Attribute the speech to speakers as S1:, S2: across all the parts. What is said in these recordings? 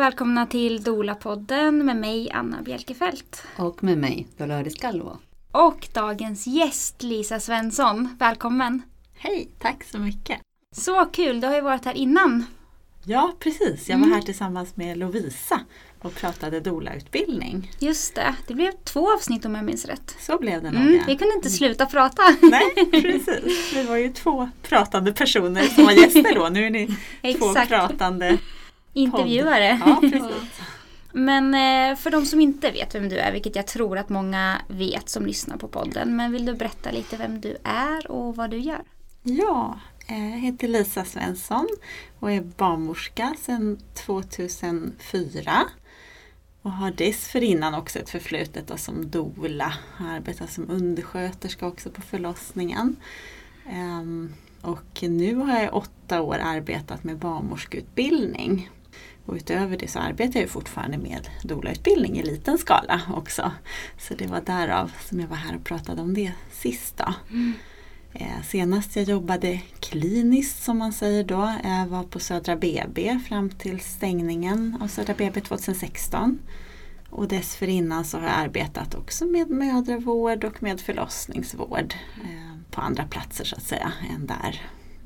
S1: välkomna till Doula-podden med mig Anna Bjelkefelt.
S2: Och med mig Dolores Calvo.
S1: Och dagens gäst Lisa Svensson. Välkommen!
S3: Hej, tack så mycket!
S1: Så kul, du har ju varit här innan.
S3: Ja, precis. Jag var här tillsammans med Lovisa och pratade doula-utbildning.
S1: Just det, det blev 2 avsnitt om jag minns rätt.
S3: Så blev det nog.
S1: Vi kunde inte sluta prata.
S3: Nej, precis. Vi var ju 2 pratande personer som var gäster då. Nu är ni 2 pratande
S1: intervjuare.
S3: Ja, precis.
S1: Men för de som inte vet vem du är, vilket jag tror att många vet som lyssnar på podden. Men vill du berätta lite vem du är och vad du gör?
S3: Ja, jag heter Lisa Svensson och är barnmorska sedan 2004. Och har dessförinnan också ett förflutet då som doula. Jag har arbetat som undersköterska också på förlossningen. Och nu har jag 8 år arbetat med barnmorskeutbildning. Och utöver det så arbetar jag fortfarande med doula-utbildning i liten skala också. Så det var därav som jag var här och pratade om det sist då. Senast jag jobbade kliniskt som man säger då, var på Södra BB fram till stängningen av Södra BB 2016. Och dessförinnan så har jag arbetat också med mödravård och med förlossningsvård på andra platser så att säga än där.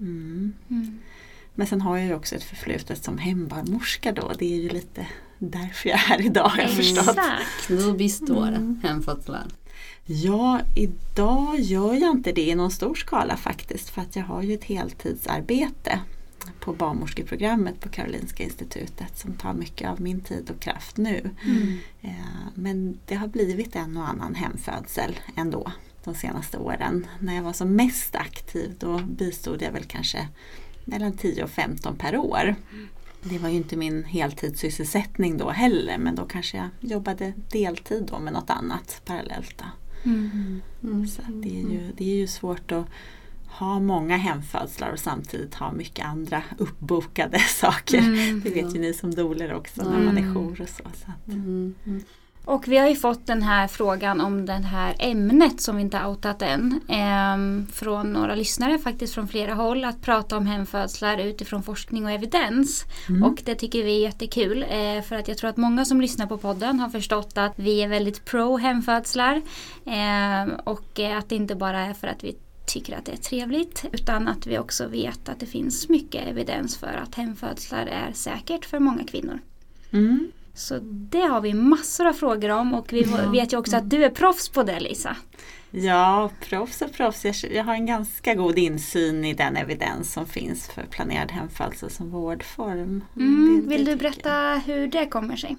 S3: Men sen har jag ju också ett förflutet som hembarnmorska då. Det är ju lite därför jag är här idag har jag förstått.
S2: Då består hemfödslar.
S3: Ja, idag gör jag inte det i någon stor skala faktiskt. För att jag har ju ett heltidsarbete på barnmorskeprogrammet på Karolinska institutet som tar mycket av min tid och kraft nu. Men det har blivit en och annan hemfödsel ändå de senaste åren. När jag var som mest aktiv då bistod jag väl kanske mellan 10 och 15 per år. Det var ju inte min heltidssysselsättning då heller, men då kanske jag jobbade deltid då med något annat parallellt då. Så det är ju svårt att ha många hemfödslar och samtidigt ha mycket andra uppbokade saker. Det vet ju ni som doulor också när man är jour och så.
S1: Och vi har ju fått den här frågan om det här ämnet som vi inte har outat än. Från några lyssnare faktiskt från flera håll. Att prata om hemfödslar utifrån forskning och evidens. Och det tycker vi är jättekul. För att jag tror att många som lyssnar på podden har förstått att vi är väldigt pro hemfödslar. Och att det inte bara är för att vi tycker att det är trevligt. Utan att vi också vet att det finns mycket evidens för att hemfödslar är säkert för många kvinnor. Så det har vi massor av frågor om och vi vet ju också att du är proffs på det, Lisa.
S3: Ja, proffs och proffs. Jag har en ganska god insyn i den evidens som finns för planerad hemfödsel som vårdform.
S1: Vill du berätta hur det kommer sig?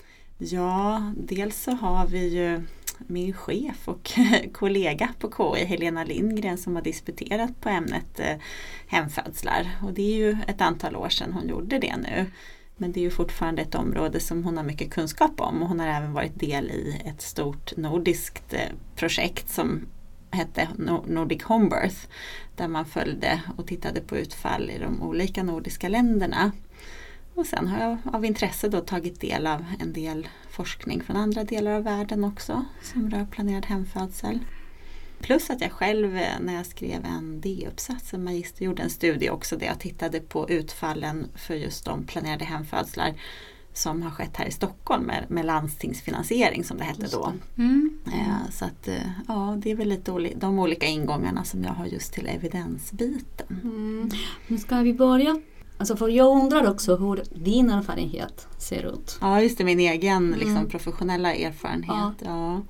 S3: Ja, dels så har vi ju min chef och kollega på KI, Helena Lindgren, som har disputerat på ämnet hemfödslar. Och det är ju ett antal år sedan hon gjorde det nu. Men det är ju fortfarande ett område som hon har mycket kunskap om och hon har även varit del i ett stort nordiskt projekt som hette Nordic Homebirth där man följde och tittade på utfall i de olika nordiska länderna. Och sen har jag av intresse då tagit del av en del forskning från andra delar av världen också som rör planerad hemfödsel. Plus att jag själv när jag skrev en D-uppsats, en magister, gjorde en studie också där jag tittade på utfallen för just de planerade hemfödslar som har skett här i Stockholm med landstingsfinansiering som det hette då. Så att det är väl lite de olika ingångarna som jag har just till evidensbiten.
S2: Nu ska vi börja. Alltså för jag undrar också hur din erfarenhet ser ut.
S3: Ja, just det, min egen liksom, professionella erfarenhet. Ja.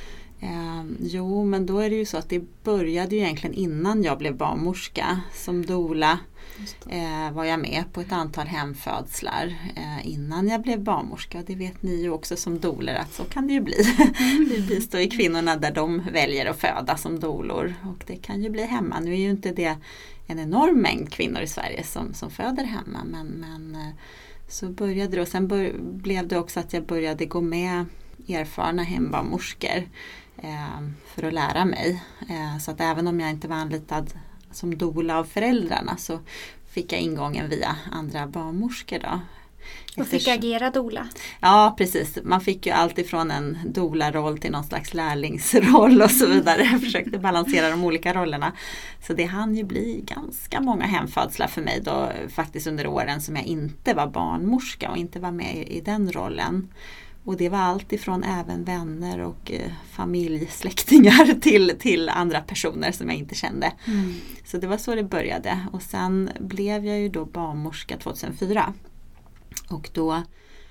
S3: Jo, men då är det ju så att det började ju egentligen innan jag blev barnmorska. Som doula var jag med på ett antal hemfödslar innan jag blev barnmorska. Det vet ni ju också som doulor att så kan det ju bli. Vi bistår ju kvinnorna där de väljer att föda som doulor och det kan ju bli hemma. Nu är ju inte det en enorm mängd kvinnor i Sverige som föder hemma, men så började det och sen blev det också att jag började gå med erfarna hembarnmorskor för att lära mig. Så att även om jag inte var anlitad som doula av föräldrarna så fick jag ingången via andra barnmorskor då.
S1: Och fick agera doula.
S3: Ja, precis. Man fick ju allt ifrån en doula-roll till någon slags lärlingsroll och så vidare. Jag försökte balansera de olika rollerna. Så det hann ju bli ganska många hemfödslar för mig då, faktiskt under åren som jag inte var barnmorska och inte var med i den rollen. Och det var allt ifrån även vänner och familjesläktingar till andra personer som jag inte kände. Så det var så det började. Och sen blev jag ju då barnmorska 2004. Och då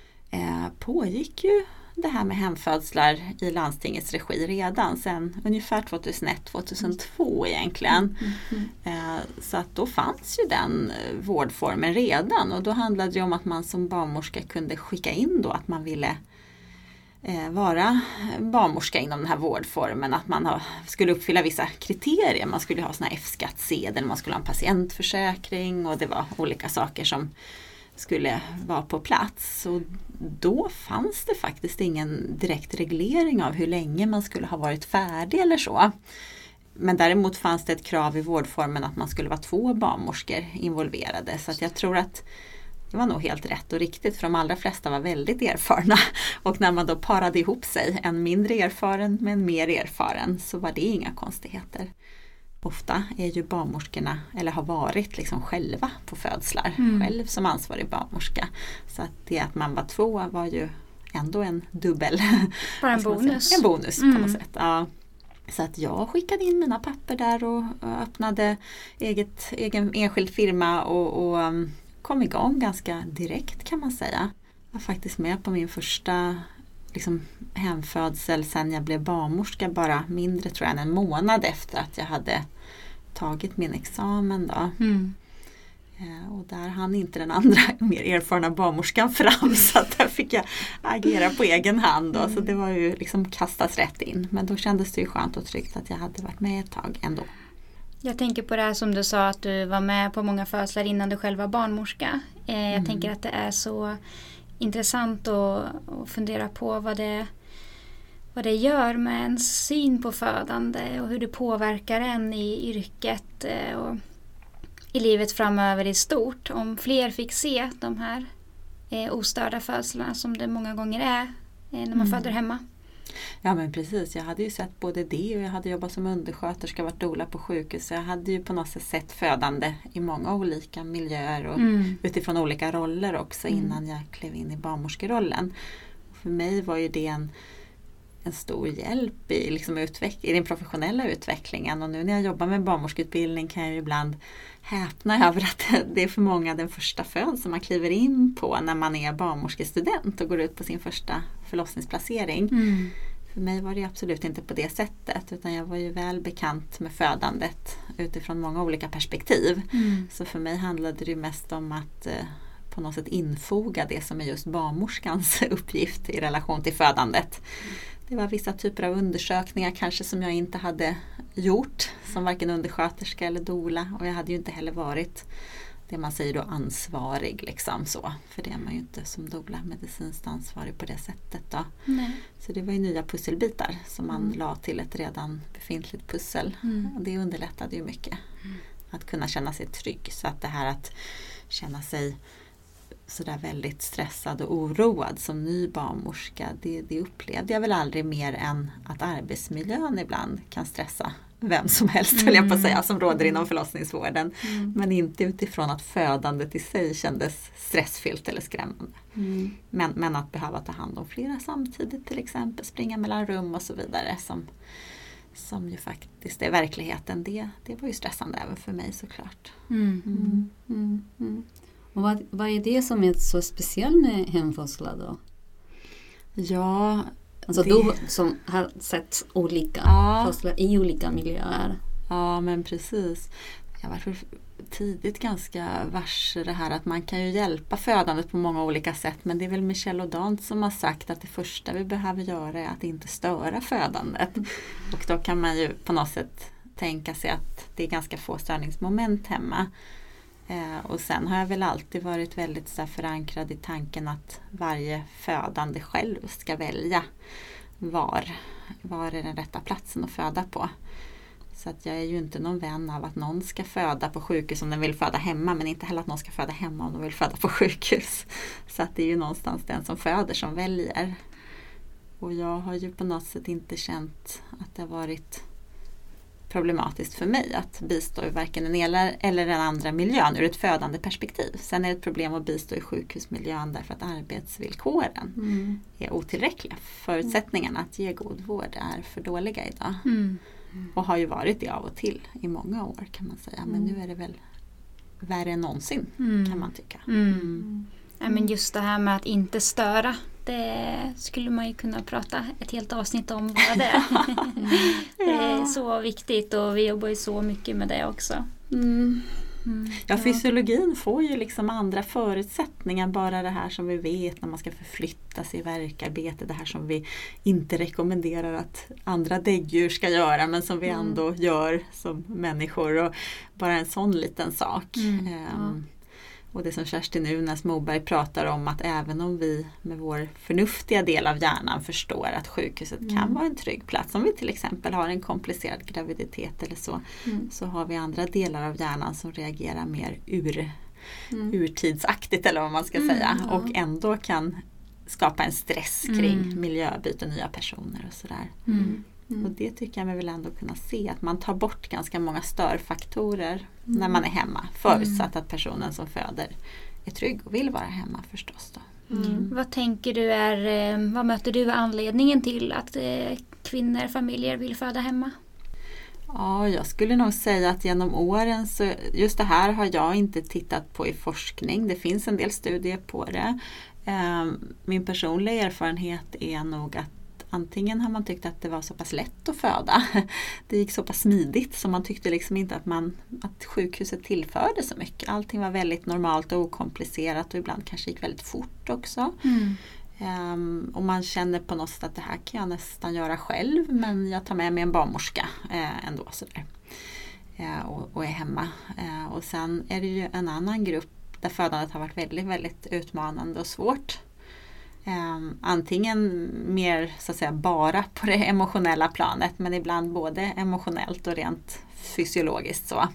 S3: pågick ju det här med hemfödslar i landstingets regi redan sen ungefär 2001-2002 egentligen. Så att då fanns ju den vårdformen redan. Och då handlade det om att man som barnmorska kunde skicka in då att man ville vara barnmorska inom den här vårdformen, att man skulle uppfylla vissa kriterier. Man skulle ha sån här F-skattsedel, man skulle ha en patientförsäkring och det var olika saker som skulle vara på plats. Och då fanns det faktiskt ingen direkt reglering av hur länge man skulle ha varit färdig eller så. Men däremot fanns det ett krav i vårdformen att man skulle vara 2 barnmorskor involverade. Så att jag tror att det var nog helt rätt och riktigt, för de allra flesta var väldigt erfarna. Och när man då parade ihop sig, en mindre erfaren med en mer erfaren, så var det inga konstigheter. Ofta är ju barnmorskorna, eller har varit liksom själva på födslar, själv som ansvarig barnmorska. Så att det att man var 2 var ju ändå en dubbel.
S1: Bara en bonus.
S3: En bonus på något sätt, ja. Så att jag skickade in mina papper där och öppnade egen enskild firma och kom igång ganska direkt kan man säga. Jag var faktiskt med på min första hemfödsel sen jag blev barnmorska, bara mindre tror jag än en månad efter att jag hade tagit min examen då. Och där hann inte den andra mer erfarna barnmorskan fram, så att där fick jag agera på egen hand då. Så det var ju kastas rätt in. Men då kändes det ju skönt och tryggt att jag hade varit med ett tag ändå.
S1: Jag tänker på det här som du sa, att du var med på många födslar innan du själv var barnmorska. Jag tänker att det är så intressant att fundera på vad det gör med ens syn på födande och hur det påverkar en i yrket och i livet framöver i stort. Om fler fick se de här ostörda födslarna som det många gånger är när man föder hemma.
S3: Ja men precis, jag hade ju sett både det och jag hade jobbat som undersköterska, varit doula på sjukhus. Jag hade ju på något sätt sett födande i många olika miljöer och utifrån olika roller också innan jag klev in i barnmorskerollen. Och för mig var ju det en stor hjälp i den professionella utvecklingen. Och nu när jag jobbar med barnmorskeutbildning kan jag ju ibland häpna över att det är för många den första föd som man kliver in på när man är barnmorskestudent och går ut på sin första förlossningsplacering. För mig var det absolut inte på det sättet, utan jag var ju väl bekant med födandet utifrån många olika perspektiv. Så för mig handlade det ju mest om att på något sätt infoga det som är just barnmorskans uppgift i relation till födandet. Det var vissa typer av undersökningar kanske som jag inte hade gjort som varken undersköterska eller doula, och jag hade ju inte heller varit det man säger då ansvarig så. För det är man ju inte som doula medicinskt ansvarig på det sättet då.
S1: Nej.
S3: Så det var ju nya pusselbitar som man la till ett redan befintligt pussel. Och det underlättade ju mycket att kunna känna sig trygg. Så att det här att känna sig sådär väldigt stressad och oroad som ny barnmorska, det upplevde jag väl aldrig mer än att arbetsmiljön ibland kan stressa vem som helst, höll jag på att säga, som råder inom förlossningsvården. Men inte utifrån att födandet i sig kändes stressfyllt eller skrämmande. Men att behöva ta hand om flera samtidigt, till exempel springa mellan rum och så vidare, som ju faktiskt är verkligheten, det var ju stressande även för mig såklart.
S2: Och vad är det som är så speciellt med hemfödslar då?
S3: Ja,
S2: alltså du som har sett olika födslar i olika miljöer.
S3: Ja, men precis. Jag var tidigt ganska varse det här att man kan ju hjälpa födandet på många olika sätt, men det är väl Michelle Odant som har sagt att det första vi behöver göra är att inte störa födandet. Och då kan man ju på något sätt tänka sig att det är ganska få störningsmoment hemma. Och sen har jag väl alltid varit väldigt så förankrad i tanken att varje födande själv ska välja var är den rätta platsen att föda på. Så att jag är ju inte någon vän av att någon ska föda på sjukhus om den vill föda hemma, men inte heller att någon ska föda hemma om de vill föda på sjukhus. Så att det är ju någonstans den som föder som väljer. Och jag har ju på något sätt inte känt att det har varit problematiskt för mig att bistå i varken den ena eller den andra miljön ur ett födande perspektiv. Sen är det ett problem att bistå i sjukhusmiljön därför att arbetsvillkoren är otillräckliga. Förutsättningarna att ge god vård är för dåliga idag. Och har ju varit det av och till i många år kan man säga. Men nu är det väl värre än någonsin kan man tycka.
S1: Ja, men just det här med att inte störa, det skulle man ju kunna prata ett helt avsnitt om bara det. Det är så viktigt och vi jobbar ju så mycket med det också.
S3: Ja, fysiologin får ju liksom andra förutsättningar, bara det här som vi vet när man ska förflytta sig i värkarbete, det här som vi inte rekommenderar att andra däggdjur ska göra men som vi ändå gör som människor, och bara en sån liten sak. Och det som Kerstin Unas Moberg pratar om, att även om vi med vår förnuftiga del av hjärnan förstår att sjukhuset kan vara en trygg plats, om vi till exempel har en komplicerad graviditet eller så, så har vi andra delar av hjärnan som reagerar mer urtidsaktigt eller vad man ska säga, och ändå kan skapa en stress kring miljöbyte, nya personer och sådär. Och det tycker jag mig väl ändå kunna se, att man tar bort ganska många störfaktorer när man är hemma, förutsatt att personen som föder är trygg och vill vara hemma förstås då.
S1: Vad tänker du vad möter du anledningen till att kvinnor, familjer vill föda hemma?
S3: Ja, jag skulle nog säga att genom åren, så just det här har jag inte tittat på i forskning. Det finns en del studier på det. Min personliga erfarenhet är nog att antingen har man tyckt att det var så pass lätt att föda. Det gick så pass smidigt så man tyckte liksom inte att sjukhuset tillförde så mycket. Allting var väldigt normalt och okomplicerat och ibland kanske gick väldigt fort också. Och man känner på något sätt att det här kan jag nästan göra själv, men jag tar med mig en barnmorska ändå sådär. Och är hemma. Och sen är det ju en annan grupp där födandet har varit väldigt, väldigt utmanande och svårt. Antingen mer så att säga bara på det emotionella planet, men ibland både emotionellt och rent fysiologiskt så.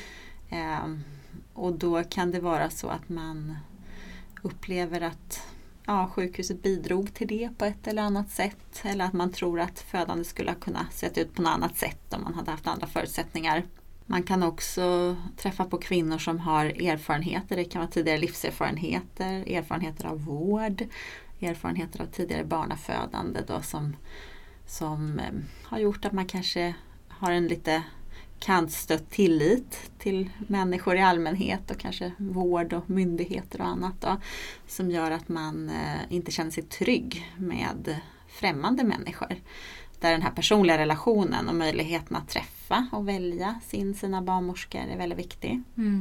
S3: Och då kan det vara så att man upplever att sjukhuset bidrog till det på ett eller annat sätt, eller att man tror att födande skulle ha kunnat se ut på något annat sätt om man hade haft andra förutsättningar. Man kan också träffa på kvinnor som har erfarenheter, det kan vara tidigare livserfarenheter, erfarenheter av vård, erfarenheter av tidigare barnafödande då, som har gjort att man kanske har en lite kantstött tillit till människor i allmänhet och kanske vård och myndigheter och annat då, som gör att man inte känner sig trygg med främmande människor. Där den här personliga relationen och möjligheten att träffa och välja sina barnmorskor är väldigt viktig.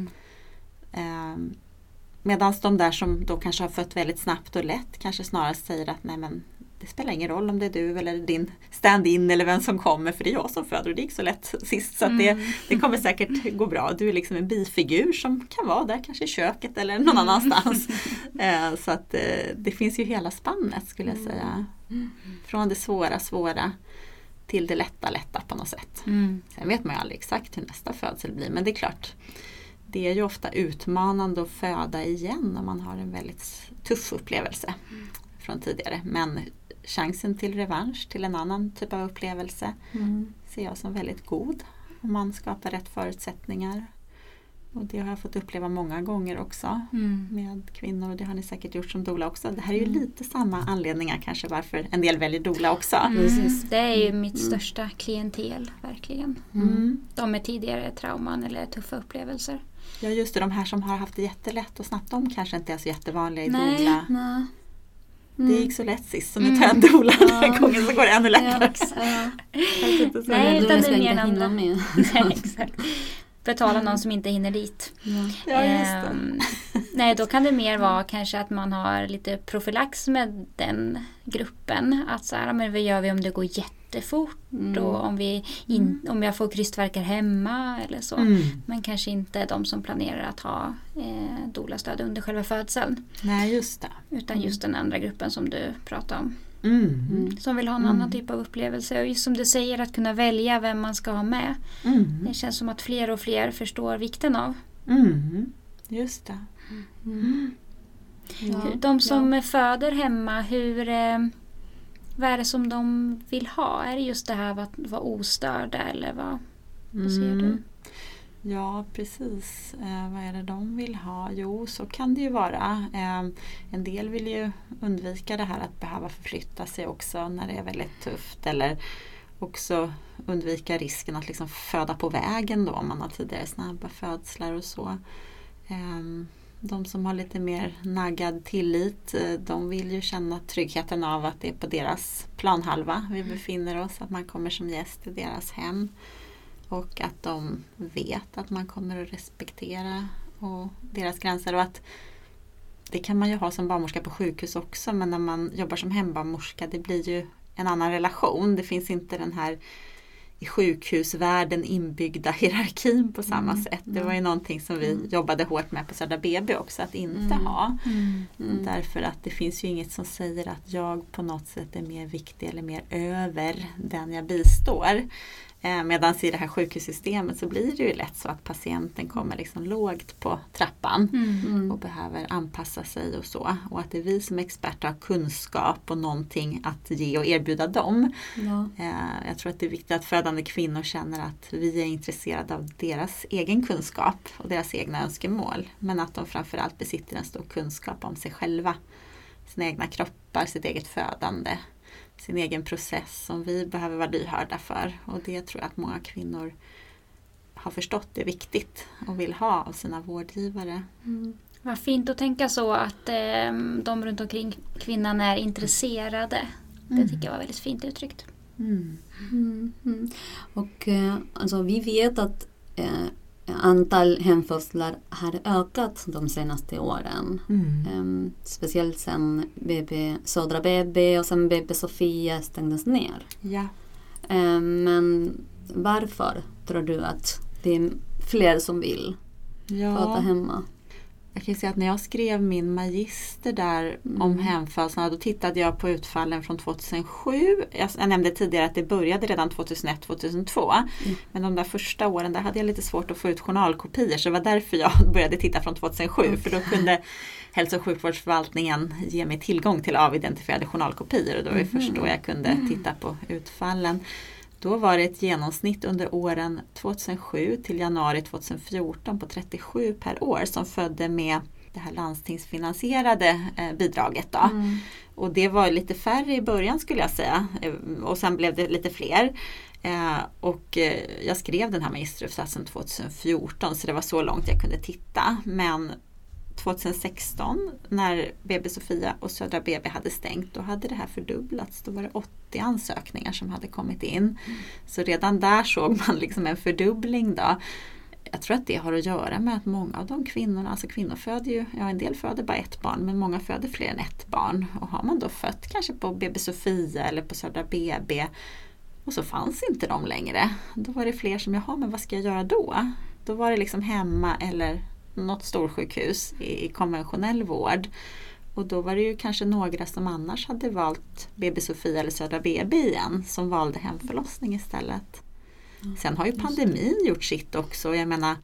S3: Medan de där som då kanske har fött väldigt snabbt och lätt kanske snarare säger att nej, men det spelar ingen roll om det är du eller din stand-in eller vem som kommer, för det är jag som föder och det gick så lätt sist, så att det kommer säkert gå bra. Du är liksom en bifigur som kan vara där kanske i köket eller någon annanstans. Så att det finns ju hela spannet skulle jag säga. Från det svåra till det lätta på något sätt. Sen vet man ju aldrig exakt hur nästa födsel blir, men det är klart, det är ju ofta utmanande att föda igen om man har en väldigt tuff upplevelse från tidigare. Men chansen till revansch, till en annan typ av upplevelse ser jag som väldigt god om man skapar rätt förutsättningar. Och det har jag fått uppleva många gånger också med kvinnor, och det har ni säkert gjort som doula också. Det här är ju lite samma anledningar kanske varför en del väljer doula också.
S1: Det är ju mitt största klientel, verkligen. De med tidigare trauman eller tuffa upplevelser.
S3: Ja, just det, de här som har haft det jättelätt och snabbt, de kanske inte är så jättevanliga i doula.
S2: Nej.
S3: Det gick så lätt sist, så nu tar jag en doula den här gången så går det ännu lättare.
S1: Nej, utan det är mer
S2: hinna med.
S1: Nej, exakt. Betala någon som inte hinner dit.
S3: Ja, just det.
S1: Nej, då kan det mer vara kanske att man har lite profylax med den gruppen. Att så här, men vad gör vi om det går jättefort? Och om jag får krystvärkar hemma eller så. Men kanske inte de som planerar att ha doulastöd under själva födseln.
S3: Nej, just det.
S1: Utan just den andra gruppen som du pratade om. Som vill ha en annan typ av upplevelse. Och just som du säger, att kunna välja vem man ska ha med. Det känns som att fler och fler förstår vikten av.
S3: Just det.
S1: De som föder hemma, vad är det som de vill ha? Är det just det här att vara ostörda eller vad ser du?
S3: Ja, precis. Vad är det de vill ha? Jo, så kan det ju vara. En del vill ju undvika det här att behöva förflytta sig också när det är väldigt tufft. Eller också undvika risken att liksom föda på vägen då, om man har tidigare snabba födslar och så. De som har lite mer naggad tillit, de vill ju känna tryggheten av att det är på deras planhalva vi befinner oss, att man kommer som gäst i deras hem. Och att de vet att man kommer att respektera och deras gränser. Och att det kan man ju ha som barnmorska på sjukhus också. Men när man jobbar som hembarnmorska, det blir ju en annan relation. Det finns inte den här i sjukhusvärlden inbyggda hierarkin på samma sätt. Det var ju någonting som vi jobbade hårt med på Södra BB också, att inte ha. Därför att det finns ju inget som säger att jag på något sätt är mer viktig eller mer över den jag bistår. Medan i det här sjukhussystemet så blir det ju lätt så att patienten kommer liksom lågt på trappan och behöver anpassa sig och så. Och att det är vi som experter har kunskap och någonting att ge och erbjuda dem. Ja. Jag tror att det är viktigt att födande kvinnor känner att vi är intresserade av deras egen kunskap och deras egna önskemål. Men att de framförallt besitter en stor kunskap om sig själva, sina egna kroppar, sitt eget födande, sin egen process som vi behöver vara lyhörda för. Och det tror jag att många kvinnor har förstått är viktigt och vill ha av sina vårdgivare.
S1: Vad fint att tänka så, att de runt omkring kvinnan är intresserade. Det tycker jag var väldigt fint uttryckt.
S2: Och alltså, vi vet att antal hemfödslar har ökat de senaste åren. Speciellt sen Södra BB och sen BB Sofia stängdes ner.
S3: Ja.
S2: Men varför tror du att det är fler som vill föda hemma?
S3: Jag kan säga att när jag skrev min magister där om hemfödslarna, då tittade jag på utfallen från 2007. Jag nämnde tidigare att det började redan 2001-2002. Men de där första åren där hade jag lite svårt att få ut journalkopior. Så det var därför jag började titta från 2007. För då kunde hälso- och sjukvårdsförvaltningen ge mig tillgång till avidentifierade journalkopior. Och då var det först då jag kunde titta på utfallen. Då var det ett genomsnitt under åren 2007 till januari 2014 på 37 per år som födde med det här landstingsfinansierade bidraget. Då. Och det var lite färre i början skulle jag säga. Och sen blev det lite fler. Och jag skrev den här magisteruppsatsen 2014 så det var så långt jag kunde titta. Men 2016 när BB Sofia och Södra BB hade stängt, då hade det här fördubblats. Då var det 80 ansökningar som hade kommit in. Så redan där såg man liksom en fördubbling då. Jag tror att det har att göra med att många av de kvinnorna, alltså kvinnor föder ju, en del föder bara ett barn, men många föder fler än ett barn. Och har man då fött kanske på BB Sofia eller på Södra BB och så fanns inte de längre. Då var det fler som, men vad ska jag göra då? Då var det liksom hemma eller något storsjukhus i konventionell vård. Och då var det ju kanske några som annars hade valt BB Sofia eller Södra BB igen som valde hemförlossning istället. Sen har ju pandemin gjort sitt också. Jag menar,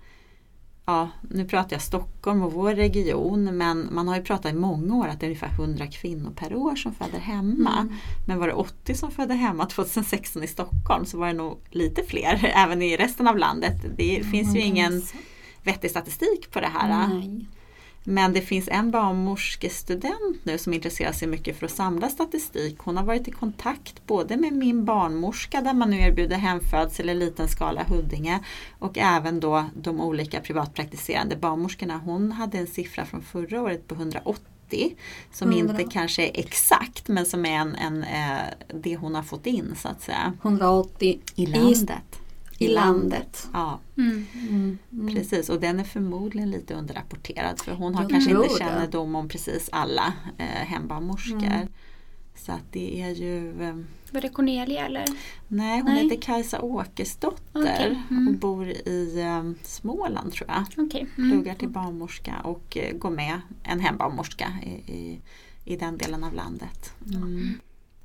S3: nu pratar jag Stockholm och vår region, men man har ju pratat i många år att det är ungefär 100 kvinnor per år som föder hemma. Men var det 80 som födde hemma 2016 i Stockholm så var det nog lite fler även i resten av landet. Det finns ju ingen vettig statistik på det här.
S2: Nej.
S3: Men det finns en barnmorskestudent nu som intresserar sig mycket för att samla statistik. Hon har varit i kontakt både med min barnmorska där man nu erbjuder hemfödsel i liten skala Huddinge och även då de olika privatpraktiserande barnmorskorna. Hon hade en siffra från förra året på 180 som inte kanske är exakt men som är det hon har fått in så att säga.
S2: 180
S3: i landet.
S2: I landet.
S3: Ja, precis. Och den är förmodligen lite underrapporterad för hon har kanske inte kännedom om precis alla hembarnmorskor. Så att det är ju...
S1: Var det Cornelia eller?
S3: Nej, hon heter Kajsa Åkersdotter och bor i Småland tror jag. Pluggar till barnmorska och går med en hembarnmorska i den delen av landet.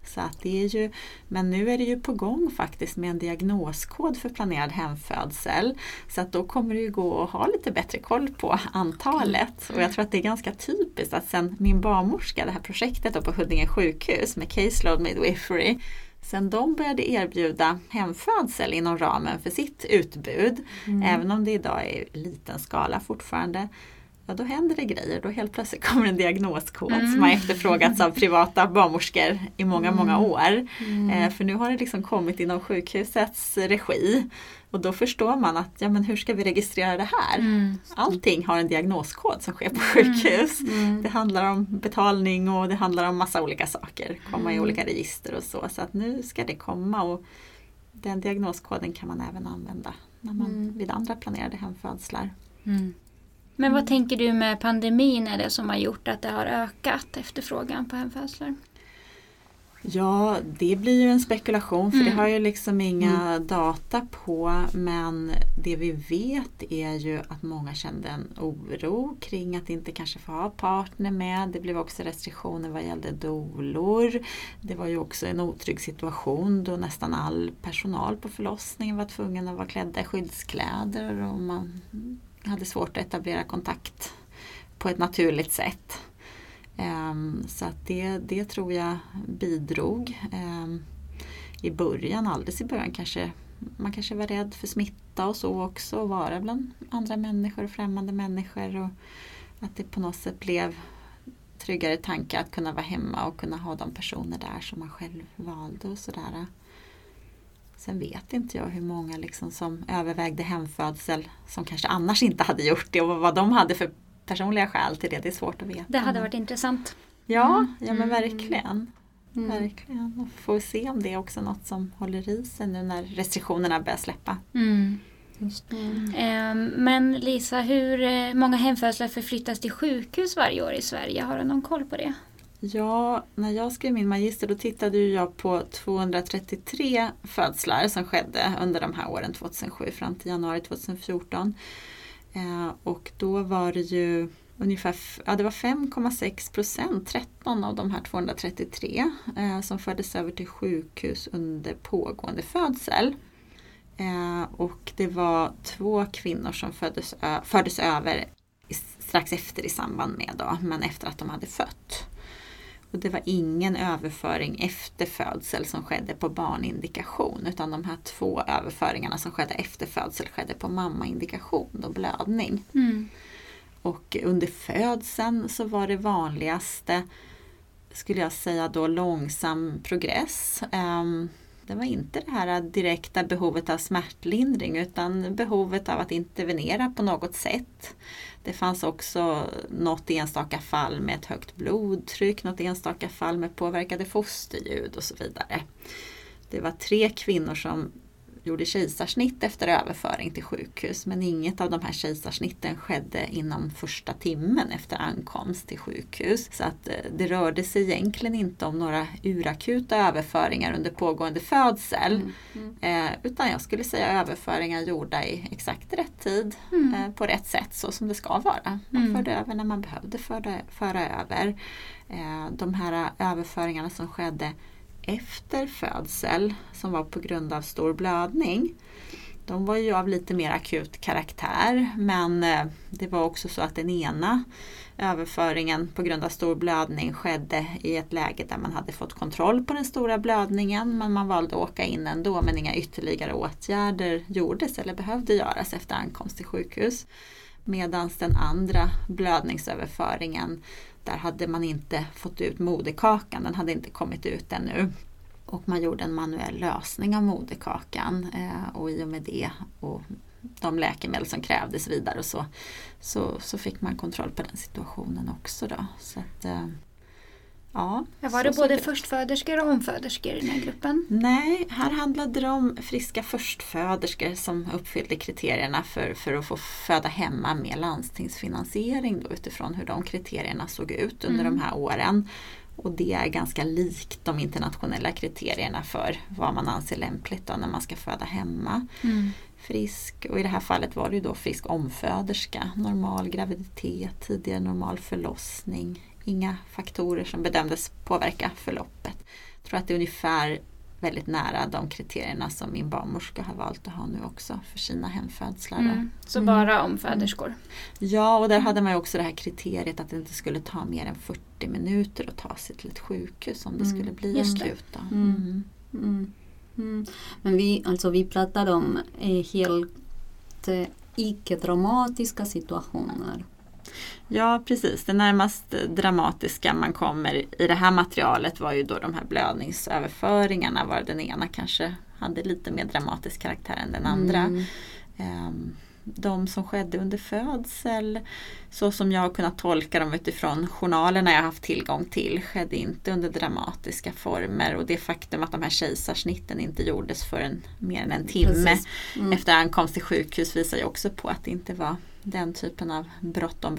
S3: Så att det är ju, men nu är det ju på gång faktiskt med en diagnoskod för planerad hemfödsel. Så att då kommer det ju gå att ha lite bättre koll på antalet. Och jag tror att det är ganska typiskt att sen min barnmorska, det här projektet då på Huddinge sjukhus med caseload midwifery, sen de började erbjuda hemfödsel inom ramen för sitt utbud, även om det idag är i liten skala fortfarande, ja, då händer det grejer. Då helt plötsligt kommer en diagnoskod som har efterfrågats av privata barnmorskor i många år. För nu har det liksom kommit inom sjukhusets regi. Och då förstår man att, ja men hur ska vi registrera det här? Allting har en diagnoskod som sker på sjukhus. Det handlar om betalning och det handlar om massa olika saker. Komma i olika register och så. Så att nu ska det komma, och den diagnoskoden kan man även använda när man vid andra planerade hemfödslar.
S1: Men vad tänker du med pandemin är det som har gjort att det har ökat efterfrågan på hemfödslar?
S3: Ja, det blir ju en spekulation, för det har ju liksom inga data på, men det vi vet är ju att många kände en oro kring att inte kanske få ha partner med. Det blev också restriktioner vad gällde doulor. Det var ju också en otrygg situation då nästan all personal på förlossningen var tvungen att vara klädda i skyddskläder, och man hade svårt att etablera kontakt på ett naturligt sätt. Så att det tror jag bidrog. I början, alldeles i början man kanske var rädd för smitta och så också, och vara bland andra människor och främmande människor, och att det på något sätt blev tryggare tankar att kunna vara hemma och kunna ha de personer där som man själv valde och sådär. Sen vet inte jag hur många liksom som övervägde hemfödsel som kanske annars inte hade gjort det, och vad de hade för personliga skäl till det. Det är svårt att veta.
S1: Det hade varit intressant.
S3: Ja, men verkligen. Verkligen. Och får se om det är också något som håller i sig nu när restriktionerna börjar släppa.
S1: Men Lisa, hur många hemfödslar förflyttas till sjukhus varje år i Sverige? Har du någon koll på det?
S3: Ja, när jag skrev min magister då tittade jag på 233 födslar som skedde under de här åren 2007 fram till januari 2014. Och då var det ju ungefär, det var 5,6%, 13 av de här 233 som fördes över till sjukhus under pågående födsel. Och det var 2 kvinnor som fördes över strax efter i samband med då, men efter att de hade fött. Och det var ingen överföring efter födsel som skedde på barnindikation, utan de här 2 överföringarna som skedde efter födsel skedde på mammaindikation och blödning. Och under födseln så var det vanligaste, skulle jag säga då, långsam progress. Det var inte det här direkta behovet av smärtlindring, utan behovet av att intervenera på något sätt. Det fanns också något enstaka fall med ett högt blodtryck, något enstaka fall med påverkade fosterljud och så vidare. Det var 3 kvinnor som gjorde kejsarsnitt efter överföring till sjukhus, men inget av de här kejsarsnitten skedde inom första timmen efter ankomst till sjukhus. Så att det rörde sig egentligen inte om några urakuta överföringar under pågående födsel, utan jag skulle säga överföringar gjorda i exakt rätt tid, på rätt sätt, så som det ska vara. Man förde över när man behövde föra över. De här överföringarna som skedde efter födsel, som var på grund av stor blödning, de var ju av lite mer akut karaktär, men det var också så att den ena överföringen på grund av stor blödning skedde i ett läge där man hade fått kontroll på den stora blödningen, men man valde att åka in ändå, men inga ytterligare åtgärder gjordes eller behövde göras efter ankomst till sjukhus. Medan den andra blödningsöverföringen, där hade man inte fått ut moderkakan, den hade inte kommit ut ännu. Och man gjorde en manuell lösning av moderkakan, och i och med det och de läkemedel som krävdes vidare och så fick man kontroll på den situationen också då. Så att, ja.
S1: Var det både förstföderskor och omföderskor i den här gruppen?
S3: Nej, här handlade det om friska förstföderskor som uppfyllde kriterierna för att få föda hemma med landstingsfinansiering då, utifrån hur de kriterierna såg ut under de här åren. Och det är ganska likt de internationella kriterierna för vad man anser lämpligt då när man ska föda hemma. Frisk, och i det här fallet var det ju då frisk omföderska, normal graviditet, tidigare normal förlossning, inga faktorer som bedömdes påverka förloppet. Jag tror att det är ungefär väldigt nära de kriterierna som min barnmorska har valt att ha nu också för sina hemfödslar.
S1: Så bara om föderskor?
S3: Ja, och där hade man ju också det här kriteriet att det inte skulle ta mer än 40 minuter att ta sig till ett sjukhus om det skulle bli akut.
S2: Men vi pratar om helt icke-dramatiska situationer.
S3: Ja, precis. Det närmast dramatiska man kommer i det här materialet var ju då de här blödningsöverföringarna, var den ena kanske hade lite mer dramatisk karaktär än den andra. De som skedde under födsel, så som jag har kunnat tolka dem utifrån journalerna jag har haft tillgång till, skedde inte under dramatiska former, och det faktum att de här kejsarsnitten inte gjordes för mer än en timme efter ankomst till sjukhus visar ju också på att det inte var den typen av bråttom.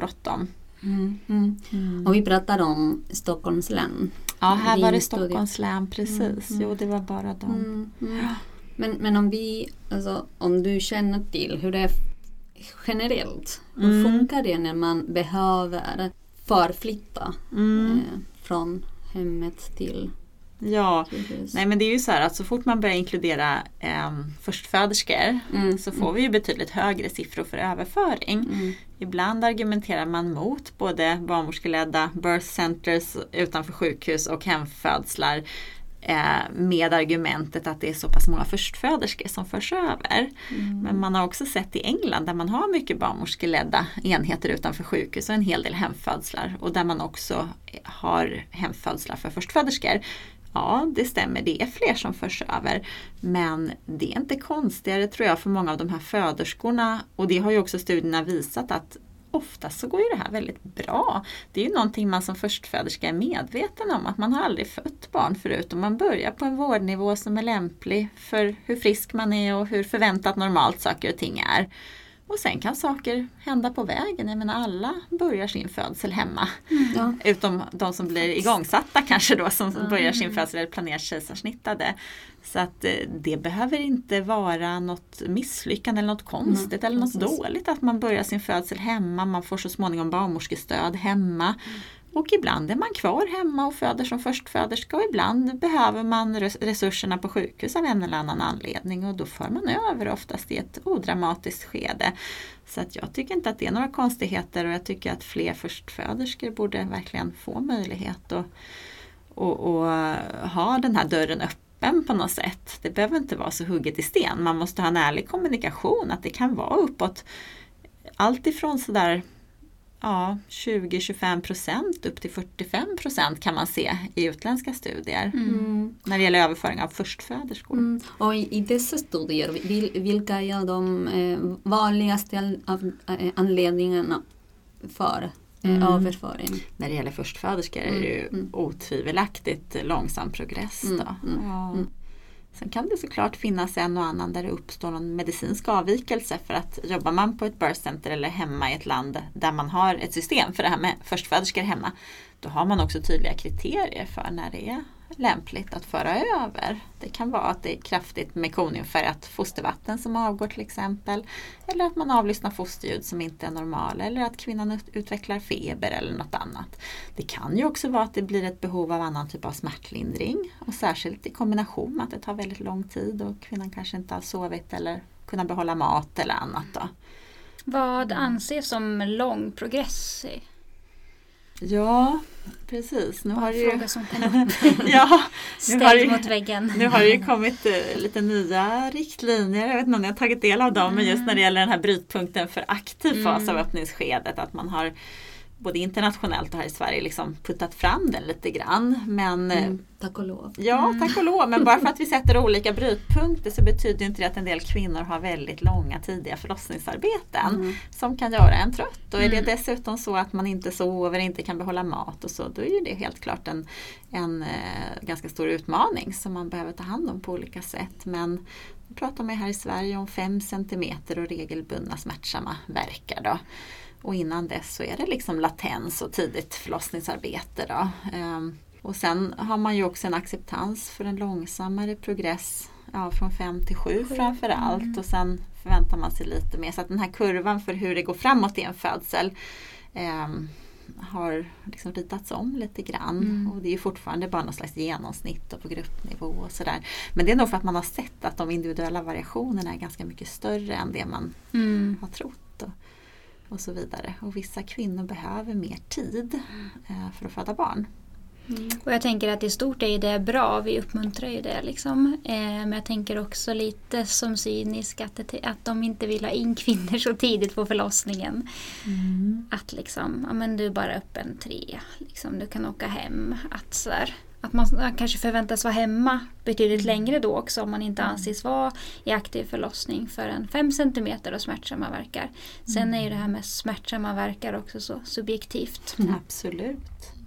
S2: Och vi pratar om Stockholms län.
S3: Ja, här var det Stockholms län, precis. Jo, det var bara dem.
S2: Men om du känner till hur det är generellt, hur funkar det när man behöver förflytta från hemmet till sjukhus?
S3: Nej, men det är ju så här att så fort man börjar inkludera förstföderskor så får vi ju betydligt högre siffror för överföring. Ibland argumenterar man mot både barnmorskeledda birth centers utanför sjukhus och hemfödslar med argumentet att det är så pass många förstföderskor som förs över. Men man har också sett i England där man har mycket barnmorskeledda enheter utanför sjukhus och en hel del hemfödslar, och där man också har hemfödslar för förstföderskor. Ja, det stämmer, det är fler som förs över, men det är inte konstigare tror jag för många av de här föderskorna, och det har ju också studierna visat att oftast så går ju det här väldigt bra. Det är ju någonting man som förstföderska är medveten om, att man har aldrig fött barn förut, och man börjar på en vårdnivå som är lämplig för hur frisk man är och hur förväntat normalt saker och ting är. Och sen kan saker hända på vägen. Jag menar, alla börjar sin födsel hemma. Utom de som blir igångsatta kanske då, som börjar sin födsel eller planerar kejsarsnittade. Så att det behöver inte vara något misslyckande eller något konstigt eller något dåligt att man börjar sin födsel hemma. Man får så småningom barnmorskestöd hemma. Och ibland är man kvar hemma och föder som förstföderska, och ibland behöver man resurserna på sjukhus av en eller annan anledning, och då får man över oftast i ett odramatiskt skede. Så att jag tycker inte att det är några konstigheter, och jag tycker att fler förstföderskor borde verkligen få möjlighet att ha den här dörren öppen på något sätt. Det behöver inte vara så hugget i sten. Man måste ha en ärlig kommunikation, att det kan vara uppåt allt ifrån sådär 20-25% upp till 45% kan man se i utländska studier när det gäller överföring av förstföderskor.
S2: Och i dessa studier, vilka är de vanligaste anledningarna för överföring?
S3: När det gäller förstföderskor är det ju otvivelaktigt långsam progress. Då. Sen kan det såklart finnas en och annan där det uppstår någon medicinsk avvikelse, för att jobbar man på ett birth center eller hemma i ett land där man har ett system för det här med förstföderskor hemma, då har man också tydliga kriterier för när det är lämpligt att föra över. Det kan vara att det är kraftigt mekoniumfärgat fostervatten som avgår till exempel, eller att man avlyssnar fosterljud som inte är normala, eller att kvinnan utvecklar feber eller något annat. Det kan ju också vara att det blir ett behov av annan typ av smärtlindring, och särskilt i kombination med att det tar väldigt lång tid och kvinnan kanske inte har sovit eller kunnat behålla mat eller annat då.
S1: Vad anses som lång progress?
S3: Ja, precis. Nu har det
S1: fråga som kommer
S3: ställd
S1: mot väggen.
S3: Nu har det ju kommit lite nya riktlinjer. Jag vet inte om ni har tagit del av dem, men just när det gäller den här brytpunkten för aktiv fas av öppningsskedet, att man har både internationellt och här i Sverige liksom puttat fram den lite grann. Men,
S2: tack och lov.
S3: Ja, tack och lov. Men bara för att vi sätter olika brytpunkter så betyder inte det att en del kvinnor har väldigt långa tidiga förlossningsarbeten som kan göra en trött. Och är det dessutom så att man inte sover, inte kan behålla mat och så, då är det helt klart en ganska stor utmaning som man behöver ta hand om på olika sätt. Men vi pratar med här i Sverige om 5 centimeter och regelbundna smärtsamma verkar då. Och innan dess så är det liksom latens och tidigt förlossningsarbete då. Och sen har man ju också en acceptans för en långsammare progress från 5 till 7 framför allt. Och sen förväntar man sig lite mer. Så att den här kurvan för hur det går framåt i en födsel har liksom ritats om lite grann. Och det är ju fortfarande bara någon slags genomsnitt och på gruppnivå och sådär. Men det är nog för att man har sett att de individuella variationerna är ganska mycket större än det man har trott och så vidare. Och vissa kvinnor behöver mer tid för att föda barn.
S1: Och jag tänker att i stort är det bra, vi uppmuntrar ju det liksom. Men jag tänker också lite som cynisk att de inte vill ha in kvinnor så tidigt på förlossningen. Att liksom, ja men du är bara öppen 3, liksom, du kan åka hem. Att man kanske förväntas vara hemma betydligt längre då också om man inte anses vara i aktiv förlossning förrän 5 centimeter och smärtsamma verkar. Sen är ju det här med smärtsamma verkar också så subjektivt.
S3: Absolut.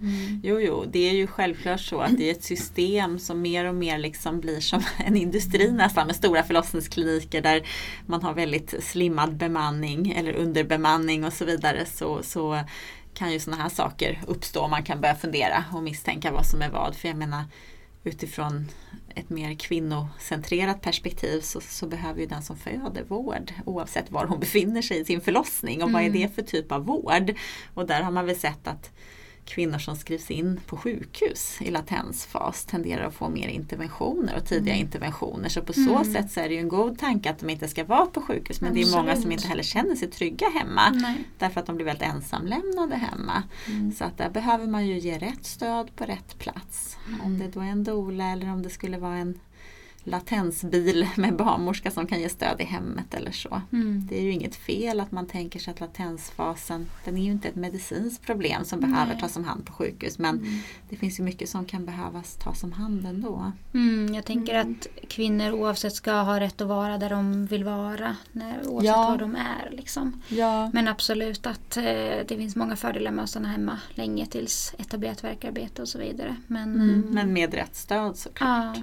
S3: Jo, det är ju självklart så att det är ett system som mer och mer liksom blir som en industri nästan med stora förlossningskliniker där man har väldigt slimmad bemanning eller underbemanning och så vidare så kan ju såna här saker uppstå. Man kan börja fundera och misstänka vad som är vad. För jag menar, utifrån ett mer kvinnocentrerat perspektiv så behöver ju den som föder vård oavsett var hon befinner sig i sin förlossning. Och vad är det för typ av vård? Och där har man väl sett att kvinnor som skrivs in på sjukhus i latensfas tenderar att få mer interventioner och tidiga interventioner. Så på så sätt så är det ju en god tanke att de inte ska vara på sjukhus. Men det är många som inte heller känner sig trygga hemma. Därför att de blir väldigt ensamlämnade hemma. Så att där behöver man ju ge rätt stöd på rätt plats. Om det då är en doula eller om det skulle vara en latensbil med barnmorska som kan ge stöd i hemmet eller så. Det är ju inget fel att man tänker sig att latensfasen, den är ju inte ett medicinskt problem som behöver tas om hand på sjukhus, men det finns ju mycket som kan behövas tas om hand ändå.
S1: Jag tänker att kvinnor oavsett ska ha rätt att vara där de vill vara, oavsett var de är. Liksom. Men absolut att det finns många fördelar med att stanna hemma länge tills etablerat verkarbete och så vidare.
S3: Men med rätt stöd såklart.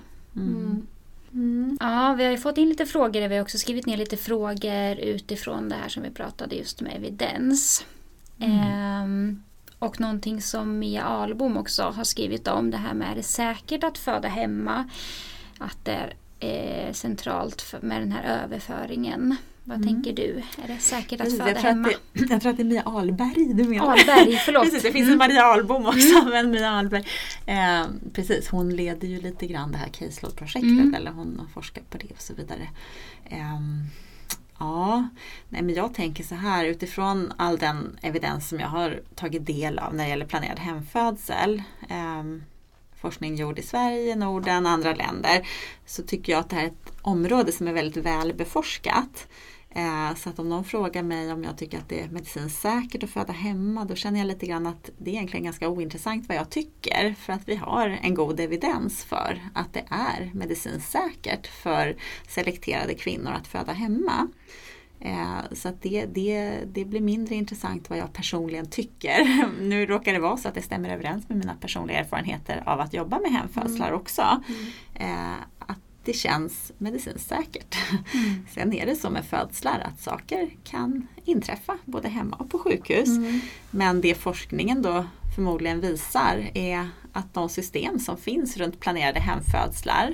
S1: Ja, vi har ju fått in lite frågor. Vi har också skrivit ner lite frågor utifrån det här som vi pratade just med evidens. Och någonting som Mia Ahlbom också har skrivit om det här med är det säkert att föda hemma? Att det är centralt med den här överföringen. Vad tänker du? Är det säkert att föda hemma?
S3: Jag tror att det är Mia Ahlberg du menar.
S1: Ahlberg, förlåt.
S3: Precis, det finns en Maria Ahlbom också, men Mia Ahlberg. Precis, hon leder ju lite grann det här Case-Load-projektet, eller hon har forskat på det och så vidare. Men jag tänker så här, utifrån all den evidens som jag har tagit del av när det gäller planerad hemfödsel, forskning gjord i Sverige, Norden, andra länder, så tycker jag att det här är ett område som är väldigt väl beforskat. Så att om någon frågar mig om jag tycker att det är medicinskt säkert att föda hemma, då känner jag lite grann att det är egentligen ganska ointressant vad jag tycker, för att vi har en god evidens för att det är medicinskt säkert för selekterade kvinnor att föda hemma. Så att det blir mindre intressant vad jag personligen tycker. Nu råkar det vara så att det stämmer överens med mina personliga erfarenheter av att jobba med hemfödslar också. Att det känns medicinskt säkert. Sen är det så med födslar att saker kan inträffa både hemma och på sjukhus. Men det forskningen då förmodligen visar är att de system som finns runt planerade hemfödslar,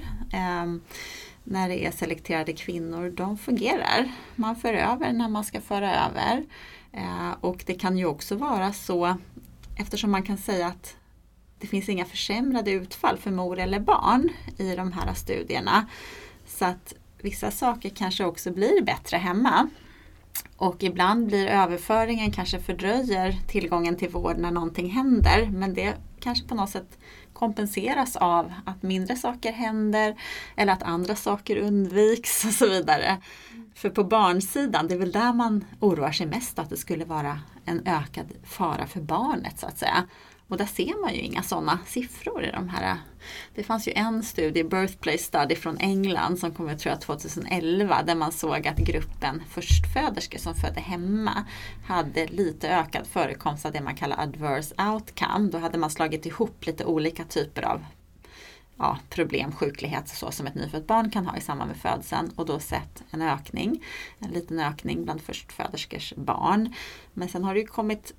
S3: när det är selekterade kvinnor, de fungerar. Man för över när man ska föra över. Och det kan ju också vara så, eftersom man kan säga att det finns inga försämrade utfall för mor eller barn i de här studierna. Så att vissa saker kanske också blir bättre hemma. Och ibland blir överföringen kanske fördröjer tillgången till vård när någonting händer. Men det kanske på något sätt kompenseras av att mindre saker händer eller att andra saker undviks och så vidare. För på barnsidan, det är väl där man oroar sig mest, att det skulle vara en ökad fara för barnet så att säga. Och där ser man ju inga sådana siffror i de här. Det fanns ju en studie, Birthplace Study från England, som kom ut tror jag 2011, där man såg att gruppen förstföderskor som födde hemma hade lite ökad förekomst av det man kallar adverse outcome. Då hade man slagit ihop lite olika typer av problem, sjuklighet så som ett nyfött barn kan ha i samband med födseln, och då sett en liten ökning bland förstföderskors barn. Men sen har det ju kommit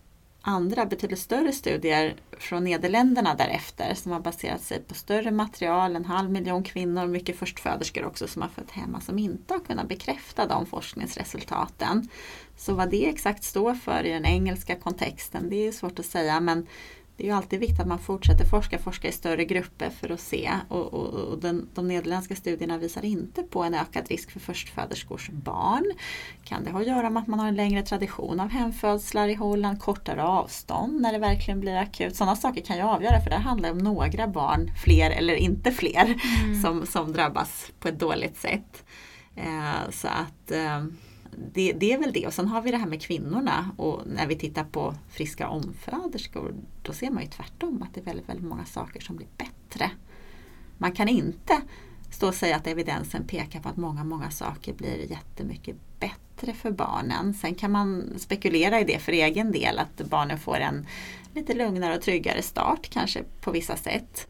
S3: andra betydligt större studier från Nederländerna därefter som har baserat sig på större material, 500 000 kvinnor, mycket förstföderskor också som har fött hemma som inte har kunnat bekräfta de forskningsresultaten. Så vad det exakt står för i den engelska kontexten, det är svårt att säga, men det är ju alltid viktigt att man fortsätter forska i större grupper för att se. Och de nederländska studierna visar inte på en ökad risk för förstföderskors barn. Kan det ha att göra med att man har en längre tradition av hemfödslar i Holland, kortare avstånd när det verkligen blir akut? Sådana saker kan ju avgöra, för det handlar om några barn, fler eller inte fler, som drabbas på ett dåligt sätt. Så att... Det är väl det. Och sen har vi det här med kvinnorna, och när vi tittar på friska omföderskor då ser man ju tvärtom att det är väldigt, väldigt många saker som blir bättre. Man kan inte stå och säga att evidensen pekar på att många saker blir jättemycket bättre för barnen. Sen kan man spekulera i det för egen del, att barnen får en lite lugnare och tryggare start kanske på vissa sätt.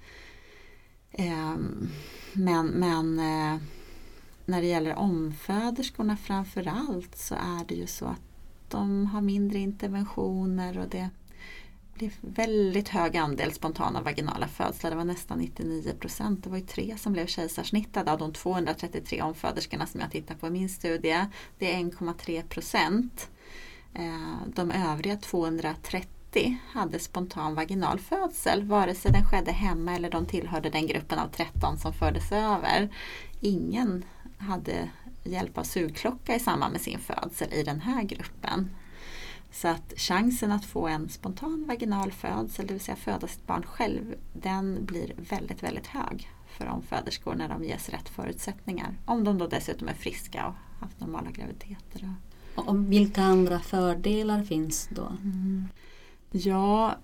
S3: Men när det gäller omföderskorna framförallt så är det ju så att de har mindre interventioner och det blir väldigt hög andel spontana vaginala födslar. Det var nästan 99%. Det var ju 3 som blev kejsarsnittade av de 233 omföderskorna som jag tittar på i min studie. Det är 1,3%. De övriga 230 hade spontan vaginal födsel, vare sig den skedde hemma eller de tillhörde den gruppen av 13 som fördes över. Ingen hade hjälp av sugklocka i samband med sin födsel i den här gruppen. Så att chansen att få en spontan vaginal födsel, det vill säga föda sitt barn själv, den blir väldigt, väldigt hög för omföderskor när de ges rätt förutsättningar. Om de då dessutom är friska och haft normala graviditeter.
S2: Och vilka andra fördelar finns då?
S3: Ja,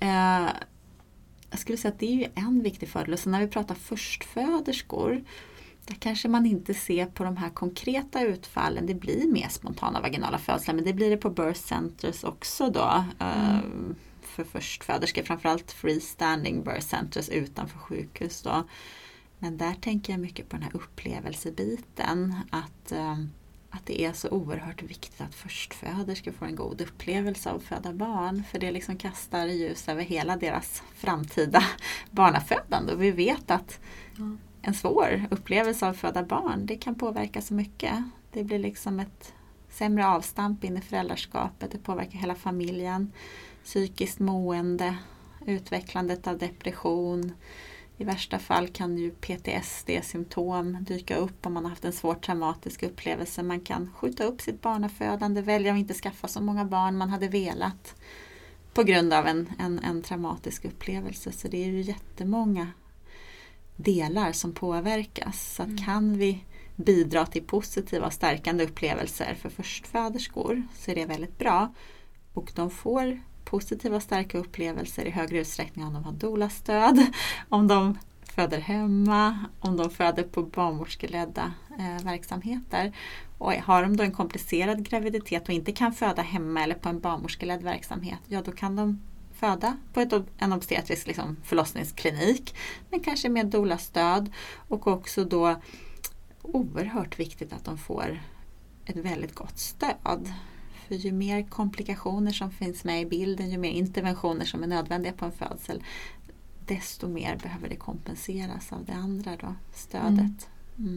S3: jag skulle säga att det är ju en viktig fördel. Så när vi pratar förstföderskor, där kanske man inte ser på de här konkreta utfallen. Det blir mer spontana vaginala födslar, men det blir det på birth centers också då. För förstföderskor, framförallt freestanding birth centers utanför sjukhus då. Men där tänker jag mycket på den här upplevelsebiten. Att det är så oerhört viktigt att förstföderskor får en god upplevelse av att föda barn. För det liksom kastar ljus över hela deras framtida barnafödande. Och vi vet att en svår upplevelse av att föda barn, det kan påverka så mycket. Det blir liksom ett sämre avstamp in i föräldraskapet. Det påverkar hela familjen. Psykiskt mående, utvecklandet av depression. I värsta fall kan ju PTSD-symptom dyka upp om man har haft en svår traumatisk upplevelse. Man kan skjuta upp sitt barnafödande, välja att inte skaffa så många barn man hade velat på grund av en traumatisk upplevelse. Så det är ju jättemånga delar som påverkas. Så att kan vi bidra till positiva och stärkande upplevelser för förstföderskor så är det väldigt bra. Och de får positiva och starka upplevelser i högre utsträckning om de har doula-stöd, om de föder hemma, om de föder på barnmorskeledda verksamheter. Och har de då en komplicerad graviditet och inte kan föda hemma eller på en barnmorskeledd verksamhet, ja då kan de föda på en obstetrisk förlossningsklinik, men kanske med doula-stöd. Och också då oerhört viktigt att de får ett väldigt gott stöd. För ju mer komplikationer som finns med i bilden, ju mer interventioner som är nödvändiga på en födsel, desto mer behöver det kompenseras av det andra då, stödet.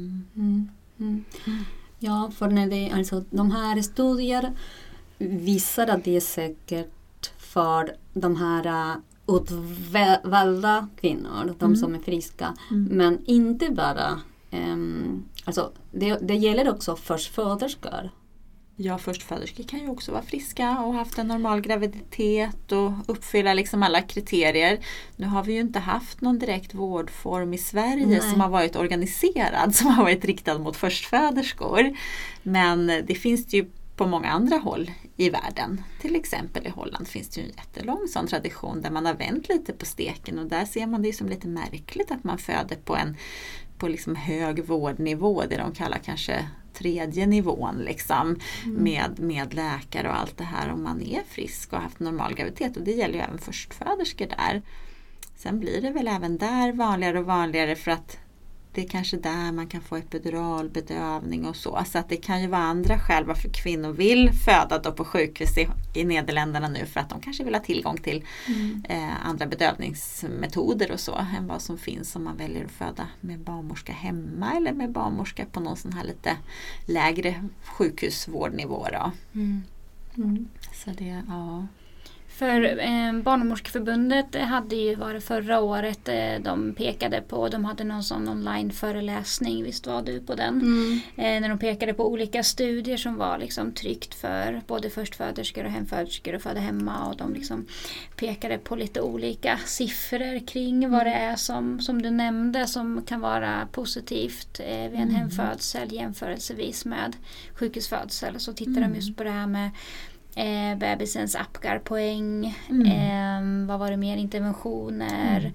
S2: Ja, för när det, alltså, de här studier visar att det är säkert för de här utvalda kvinnor, de som är friska, men inte bara, alltså det gäller också förstföderskor.
S3: Ja, förstföderskor kan ju också vara friska och haft en normal graviditet och uppfylla alla kriterier. Nu har vi ju inte haft någon direkt vårdform i Sverige som har varit organiserad, som har varit riktad mot förstföderskor. Men det finns det ju på många andra håll i världen. Till exempel i Holland finns det ju en jättelång sån tradition där man har vänt lite på steken, och där ser man det som lite märkligt att man föder på hög vårdnivå, det de kallar kanske 3:e nivån med läkare och allt det här, om man är frisk och har haft normal graviditet, och det gäller ju även förstföderskor där. Sen blir det väl även där vanligare och vanligare, för att det är kanske där man kan få epiduralbedövning och så. Så att det kan ju vara andra skäl varför kvinnor vill föda då på sjukhus i Nederländerna nu, för att de kanske vill ha tillgång till andra bedövningsmetoder och så än vad som finns om man väljer att föda med barnmorska hemma eller med barnmorska på någon sån här lite lägre sjukhusvårdnivå då. Så det, ja.
S1: För Barnmorskeförbundet hade ju varit förra året, de pekade på, de hade någon sån online-föreläsning, visst var du på den? När de pekade på olika studier som var liksom tryckt för både förstföderskor och hemföderskor att föda hemma, och de liksom pekade på lite olika siffror kring vad det är som du nämnde som kan vara positivt vid en hemfödsel jämförelsevis med sjukhusfödsel. Så tittar de just på det här med bebisens Apgar-poäng, vad var det mer, interventioner,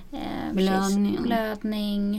S1: blödning.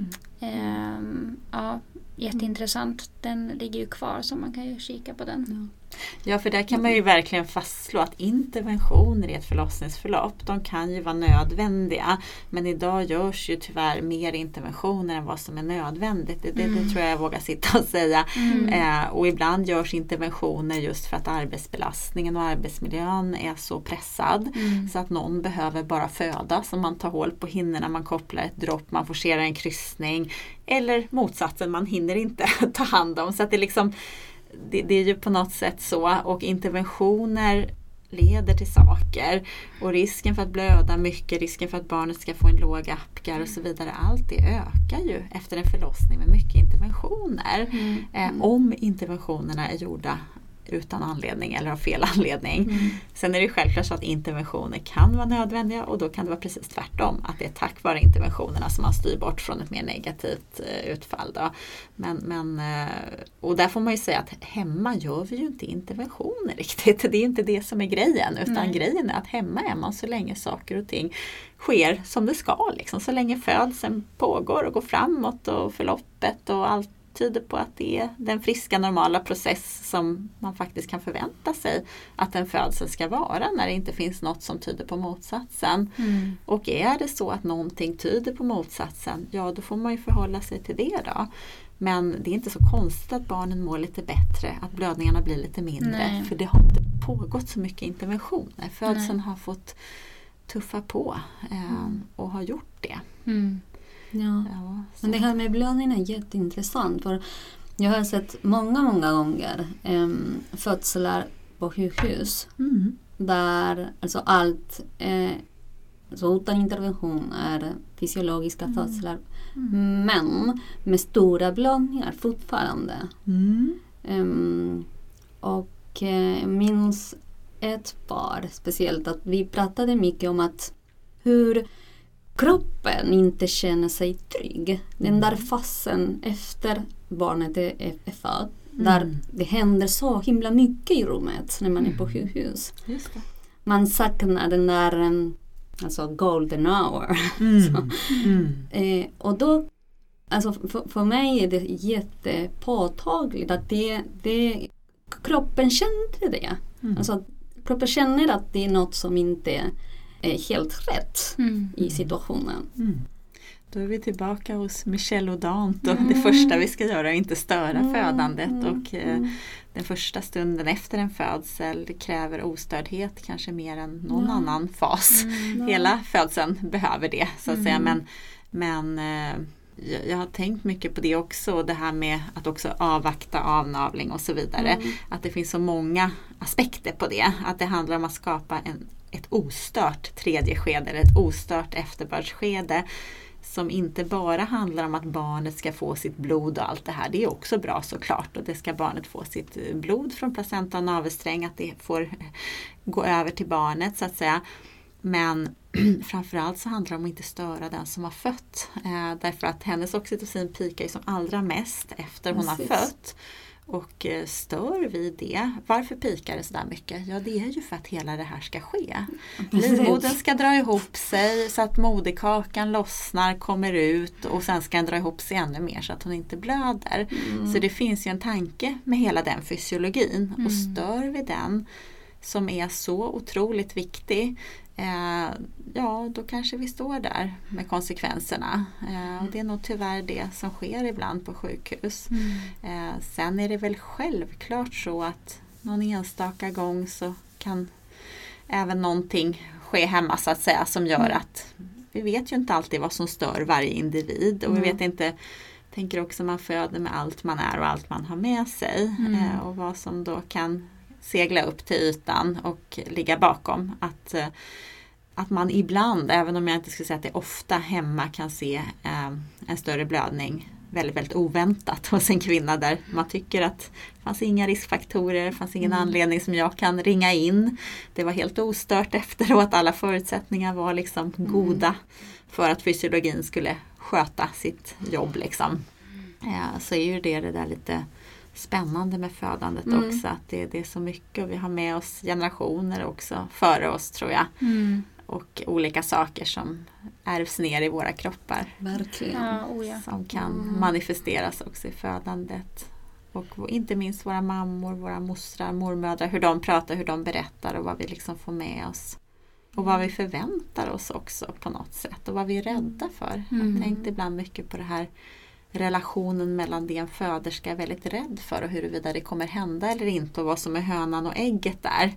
S1: Ja, jätteintressant. Den ligger ju kvar, så man kan ju kika på den.
S3: Ja, för där kan man ju verkligen fastslå att interventioner i ett förlossningsförlopp, de kan ju vara nödvändiga, men idag görs ju tyvärr mer interventioner än vad som är nödvändigt. Det tror jag vågar sitta och säga. Och ibland görs interventioner just för att arbetsbelastningen och arbetsmiljön är så pressad så att någon behöver bara föda, så man tar hål på hinnorna, man kopplar ett dropp, man forcerar en kryssning, eller motsatsen, man hinner inte ta hand om. Så att det liksom, det är ju på något sätt så, och interventioner leder till saker, och risken för att blöda mycket, risken för att barnet ska få en låg Apgar och så vidare, allt det ökar ju efter en förlossning med mycket interventioner. Om interventionerna är gjorda utan anledning eller av fel anledning. Sen är det självklart så att interventioner kan vara nödvändiga, och då kan det vara precis tvärtom, att det är tack vare interventionerna som man styr bort från ett mer negativt utfall då. Men och där får man ju säga att hemma gör vi ju inte interventioner riktigt. Det är inte det som är grejen, utan grejen är att hemma är man så länge saker och ting sker som det ska, liksom. Så länge födseln pågår och går framåt och förloppet och allt tyder på att det är den friska normala process som man faktiskt kan förvänta sig att en födsel ska vara, när det inte finns något som tyder på motsatsen. Och är det så att någonting tyder på motsatsen, ja, då får man ju förhålla sig till det då. Men det är inte så konstigt att barnen mår lite bättre, att blödningarna blir lite mindre, för det har inte pågått så mycket interventioner. Födseln har fått tuffa på och har gjort det.
S2: Ja, men det här med blödning är jätteintressant, för jag har sett många gånger födslar på sjukhus där alltså allt så utan intervention är fysiologiska födslar, men med stora blödningar fortfarande. Och jag minns ett par speciellt, att vi pratade mycket om att hur kroppen inte känner sig trygg. Den där fasen efter barnet är född, där det händer så himla mycket i rummet när man är på sjukhus.
S3: Just det.
S2: Man saknar den där alltså golden hour. Och då, alltså för mig är det jättepåtagligt att det kroppen känner det. Alltså kroppen känner att det är något som inte är helt rätt i situationen.
S3: Då är vi tillbaka hos Michel Odant, och det första vi ska göra är inte störa födandet, och den första stunden efter en födsel kräver ostördhet kanske mer än någon annan fas. Hela födseln behöver det, så att säga, men jag har tänkt mycket på det också, det här med att också avvakta avnavling och så vidare, att det finns så många aspekter på det, att det handlar om att skapa ett ostört tredje skede eller ett ostört efterbördsskede, som inte bara handlar om att barnet ska få sitt blod och allt det här. Det är också bra såklart, och det ska barnet få sitt blod från placenta och navelsträng, att det får gå över till barnet så att säga. Men framförallt så handlar det om att inte störa den som har fött, därför att hennes oxytocin pikar ju som allra mest efter hon har fött. Och stör vi det? Varför pikar det så där mycket? Ja, det är ju för att hela det här ska ske. Livmodern ska dra ihop sig så att moderkakan lossnar, kommer ut, och sen ska den dra ihop sig ännu mer så att hon inte blöder. Så det finns ju en tanke med hela den fysiologin. Och stör vi den, som är så otroligt viktig, då kanske vi står där med konsekvenserna. Och det är nog tyvärr det som sker ibland på sjukhus. Sen är det väl självklart så att någon enstaka gång så kan även någonting ske hemma så att säga, som gör att vi vet ju inte alltid vad som stör varje individ, och vi vet inte, tänker också man föder med allt man är och allt man har med sig, och vad som då kan segla upp till ytan och ligga bakom. Att man ibland, även om jag inte skulle säga att det ofta, hemma kan se en större blödning väldigt, väldigt oväntat hos en kvinna där man tycker att det fanns inga riskfaktorer, det fanns ingen anledning som jag kan ringa in. Det var helt ostört efteråt, alla förutsättningar var liksom goda för att fysiologin skulle sköta sitt jobb liksom. Så är ju det där lite spännande med födandet också, att det är så mycket, och vi har med oss generationer också före oss, tror jag. Och olika saker som ärvs ner i våra kroppar.
S2: Verkligen.
S1: Ja.
S3: Som kan manifesteras också i födandet. Och inte minst våra mammor, våra mostrar, mormödrar, hur de pratar, hur de berättar och vad vi liksom får med oss. Och vad vi förväntar oss också på något sätt. Och vad vi är rädda för. Jag tänkte ibland mycket på det här relationen mellan det en föderska är väldigt rädd för och huruvida det kommer hända eller inte, och vad som är hönan och ägget där.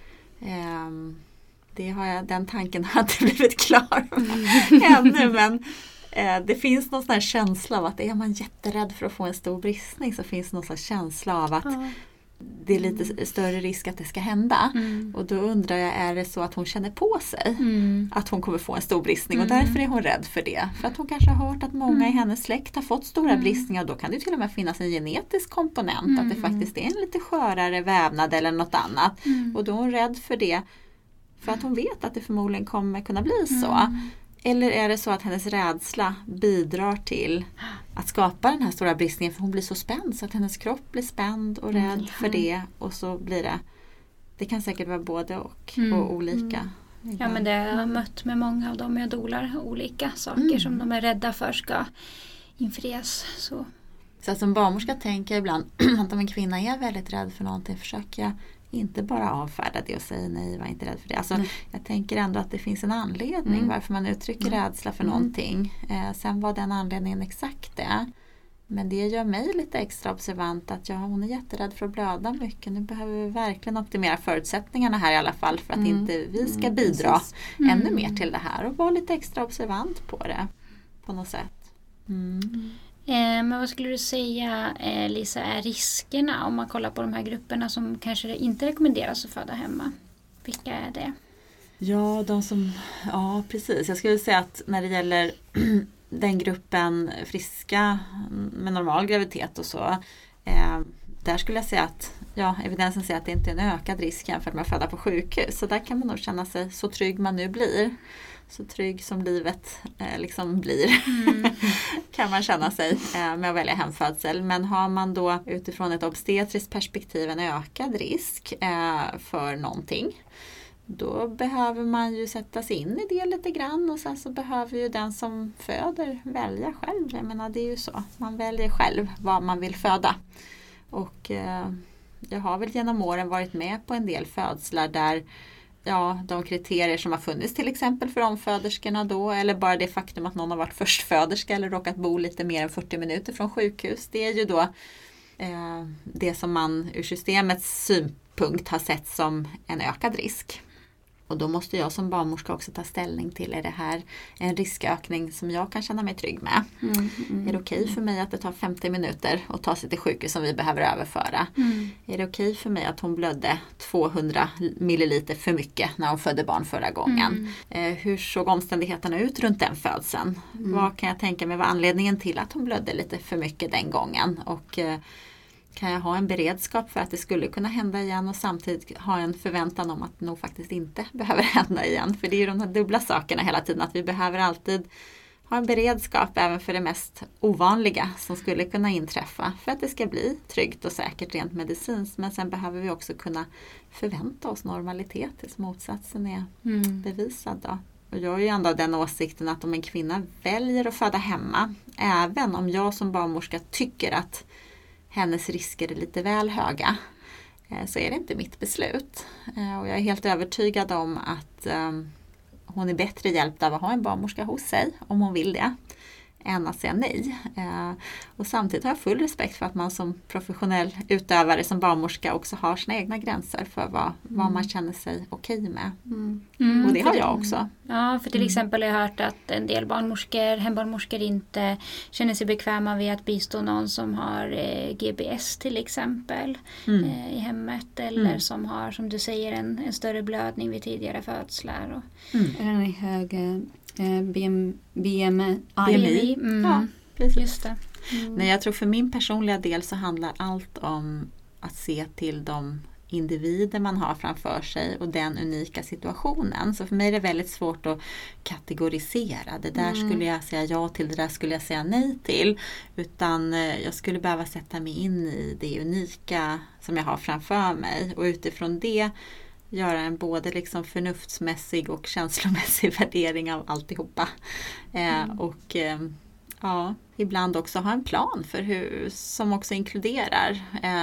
S3: Den tanken har inte blivit klar ännu, men det finns någon sån här känsla av att är man jätterädd för att få en stor bristning, så finns det någon slags känsla av att det är lite större risk att det ska hända. Och då undrar jag, är det så att hon känner på sig att hon kommer få en stor bristning, och därför är hon rädd för det? För att hon kanske har hört att många i hennes släkt har fått stora bristningar, och då kan det till och med finnas en genetisk komponent, att det faktiskt är en lite skörare vävnad eller något annat. Och då är hon rädd för det för att hon vet att det förmodligen kommer kunna bli så. Eller är det så att hennes rädsla bidrar till att skapa den här stora bristningen, för hon blir så spänd så att hennes kropp blir spänd och rädd för det, och så blir det kan säkert vara både och olika.
S1: Ja, men det har jag mött med många av dem jag dolar, olika saker som de är rädda för ska infrias. Så
S3: att som barnmorska tänker jag ibland att om en kvinna är väldigt rädd för någonting, försöker jag inte bara avfärda det och säga nej, var inte rädd för det. Alltså, jag tänker ändå att det finns en anledning varför man uttrycker rädsla för någonting. Sen var den anledningen exakt det. Men det gör mig lite extra observant att hon är jätterädd för att blöda mycket. Nu behöver vi verkligen optimera förutsättningarna här i alla fall, för att inte vi ska bidra ännu mer till det här, och vara lite extra observant på det på något sätt.
S1: Men vad skulle du säga, Lisa, är riskerna om man kollar på de här grupperna som kanske inte rekommenderas att föda hemma? Vilka är det?
S3: Ja, precis. Jag skulle säga att när det gäller den gruppen friska med normal graviditet och så, där skulle jag säga att evidensen säger att det inte är en ökad risk jämfört med att föda på sjukhus. Så där kan man nog känna sig så trygg man nu blir. Så trygg som livet liksom blir kan man känna sig med att välja hemfödsel. Men har man då utifrån ett obstetriskt perspektiv en ökad risk för någonting, då behöver man ju sätta sig in i det lite grann, och sen så behöver ju den som föder välja själv. Jag menar, det är ju så. Man väljer själv vad man vill föda. Och jag har väl genom åren varit med på en del födslar där de kriterier som har funnits till exempel för omföderskorna då, eller bara det faktum att någon har varit förstföderska eller råkat bo lite mer än 40 minuter från sjukhus, det är ju då det som man ur systemets synpunkt har sett som en ökad risk. Och då måste jag som barnmorska också ta ställning till, är det här en riskökning som jag kan känna mig trygg med? Är det okej för mig att det tar 50 minuter att ta sig till sjukhus som vi behöver överföra? Är det okej för mig att hon blödde 200 milliliter för mycket när hon födde barn förra gången? Hur såg omständigheterna ut runt den födseln? Vad kan jag tänka mig var anledningen till att hon blödde lite för mycket den gången? Och kan jag ha en beredskap för att det skulle kunna hända igen, och samtidigt ha en förväntan om att det nog faktiskt inte behöver hända igen? För det är ju de här dubbla sakerna hela tiden, att vi behöver alltid ha en beredskap även för det mest ovanliga som skulle kunna inträffa, för att det ska bli tryggt och säkert rent medicinskt. Men sen behöver vi också kunna förvänta oss normalitet tills motsatsen är bevisad då. Och jag är ju ändå av den åsikten att om en kvinna väljer att föda hemma, även om jag som barnmorska tycker att hennes risker är lite väl höga, så är det inte mitt beslut. Och jag är helt övertygad om att hon är bättre hjälpt av att ha en barnmorska hos sig, om hon vill det, än att säga nej. Och samtidigt har jag full respekt för att man som professionell utövare som barnmorska också har sina egna gränser för vad man känner sig okej med. Och det har jag också.
S1: Ja, för till exempel har jag hört att en del hembarnmorskor inte känner sig bekväma vid att bistå någon som har GBS till exempel i hemmet, eller som har, som du säger, en större blödning vid tidigare födslar.
S2: Eller en hög BMI.
S3: Ja, precis.
S1: Just det.
S3: Nej, jag tror för min personliga del så handlar allt om att se till de individer man har framför sig och den unika situationen. Så för mig är det väldigt svårt att kategorisera. Det där skulle jag säga ja till, det där skulle jag säga nej till. Utan jag skulle behöva sätta mig in i det unika som jag har framför mig. Och utifrån det göra en både liksom förnuftsmässig och känslomässig värdering av alltihopa. Och ibland också ha en plan för som också inkluderar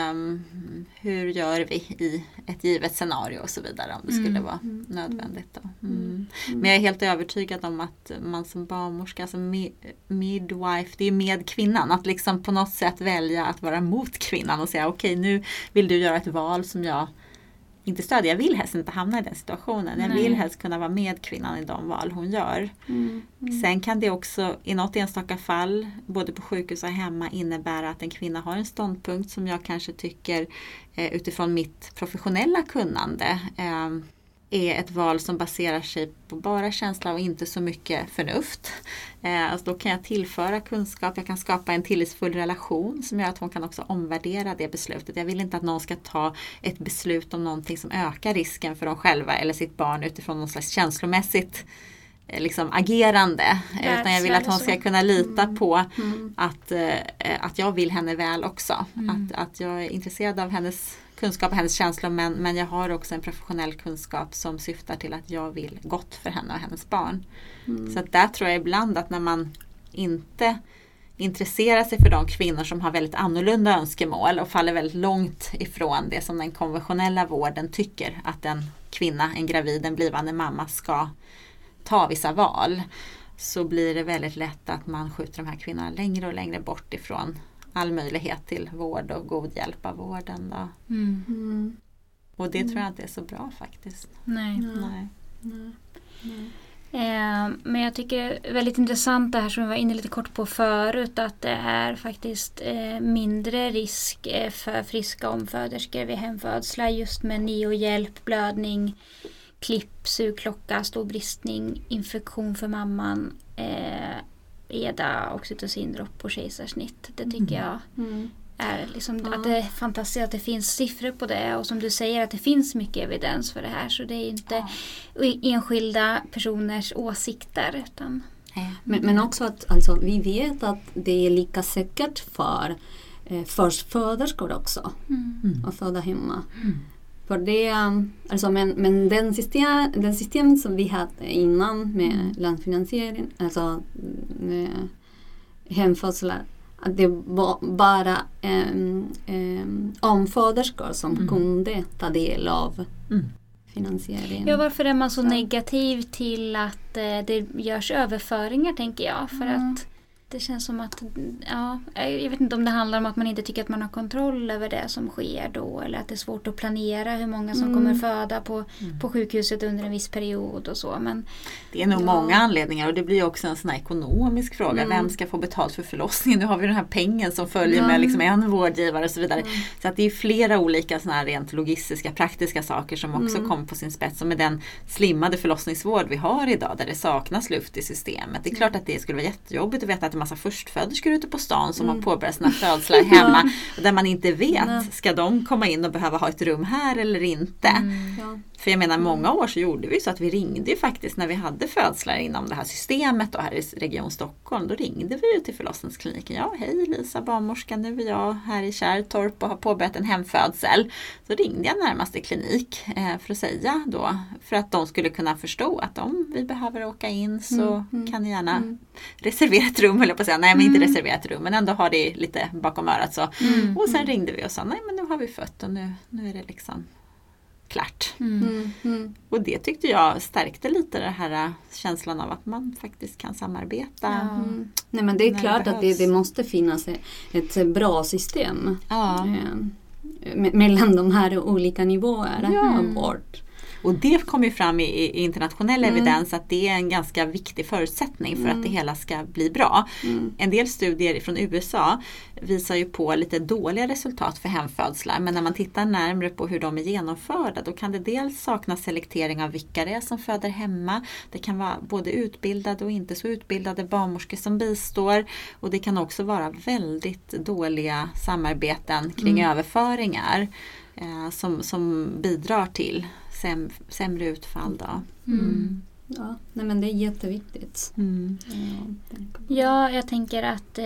S3: hur gör vi i ett givet scenario och så vidare, om det skulle vara nödvändigt. Då. Men jag är helt övertygad om att man som barnmorska, alltså midwife, det är med kvinnan, att liksom på något sätt välja att vara mot kvinnan och säga okej, nu vill du göra ett val som jag inte stödja. Jag vill helst inte hamna i den situationen. Jag vill helst kunna vara med kvinnan i de val hon gör. Sen kan det också i något enstaka fall, både på sjukhus och hemma, innebära att en kvinna har en ståndpunkt som jag kanske tycker utifrån mitt professionella kunnande är ett val som baserar sig på bara känsla och inte så mycket förnuft. Alltså då kan jag tillföra kunskap, jag kan skapa en tillitsfull relation som gör att hon kan också omvärdera det beslutet. Jag vill inte att någon ska ta ett beslut om någonting som ökar risken för dem själva eller sitt barn utifrån någon slags känslomässigt liksom agerande. Utan jag vill att hon ska kunna lita på att jag vill henne väl också. Att jag är intresserad av hennes kunskap och hennes känslor, men jag har också en professionell kunskap som syftar till att jag vill gott för henne och hennes barn. Så att där tror jag ibland att när man inte intresserar sig för de kvinnor som har väldigt annorlunda önskemål och faller väldigt långt ifrån det som den konventionella vården tycker att en kvinna, en gravid, en blivande mamma ska ta vissa val, så blir det väldigt lätt att man skjuter de här kvinnorna längre och längre bort ifrån all möjlighet till vård och god hjälp av vården. Då. Och det tror jag inte är så bra faktiskt.
S1: Nej. Men jag tycker det är väldigt intressant det här som vi var inne lite kort på förut, att det är faktiskt mindre risk för friska omföderskor vid hemfödslar just med neohjälp, blödning, klipp, sugklocka, stor bristning, infektion för mamman, EDA, oxytocindropp på kejsarsnitt. Det tycker jag är liksom att det är fantastiskt att det finns siffror på det, och som du säger att det finns mycket evidens för det här, så det är inte enskilda personers åsikter utan
S2: men också att alltså, vi vet att det är lika säkert för förstföderskor också att föda hemma. För det, alltså, men den system som vi hade innan med landfinansiering, alltså hemfödslar, att det var bara omföderskor som kunde ta del av finansieringen.
S1: Ja, varför är man så negativ till att det görs överföringar, tänker jag? För att det känns som att, jag vet inte om det handlar om att man inte tycker att man har kontroll över det som sker då, eller att det är svårt att planera hur många som kommer föda på sjukhuset under en viss period och så. Men
S3: det är nog många anledningar, och det blir också en sån här ekonomisk fråga. Vem ska få betalt för förlossningen? Nu har vi den här pengen som följer med liksom en vårdgivare och så vidare. Så att det är flera olika såna här rent logistiska, praktiska saker som också kommer på sin spets. Och med den slimmade förlossningsvård vi har idag, där det saknas luft i systemet. Det är klart att det skulle vara jättejobbigt att veta att en massa förstföderskor ute på stan som har påbörjat sina födslar hemma, och där man inte vet, ska de komma in och behöva ha ett rum här eller inte? För jag menar, många år så gjorde vi så att vi ringde ju faktiskt när vi hade födslar inom det här systemet och här i Region Stockholm, då ringde vi ju till förlossningskliniken. Ja, hej Lisa, barnmorska, nu är jag här i Kärrtorp och har påbörjat en hemfödsel. Så ringde jag närmaste klinik för att säga då, för att de skulle kunna förstå att om vi behöver åka in så kan ni gärna reservera ett rum, eller på att säga, nej men inte reservera ett rum, men ändå ha det lite bakom örat så. Och sen ringde vi och sa, nej men nu har vi fött och nu är det liksom klart.
S2: Mm.
S3: Och det tyckte jag stärkte lite den här känslan av att man faktiskt kan samarbeta.
S1: Ja.
S2: Nej, men det är
S3: När
S2: klart
S3: det
S2: att
S3: behövs.
S2: det måste finnas ett bra system
S3: Ja.
S2: mellan de här olika nivåerna
S3: Ja.
S2: av vård.
S3: Och det kommer ju fram i internationell evidens att det är en ganska viktig förutsättning för att det hela ska bli bra. En del studier från USA visar ju på lite dåliga resultat för hemfödslar, men när man tittar närmare på hur de är genomförda, då kan det dels saknas selektering av vilka det är som föder hemma. Det kan vara både utbildade och inte så utbildade barnmorskor som bistår, och det kan också vara väldigt dåliga samarbeten kring överföringar som bidrar till sämre utfall då.
S2: Ja, nej, men det är jätteviktigt.
S1: Ja, jag tänker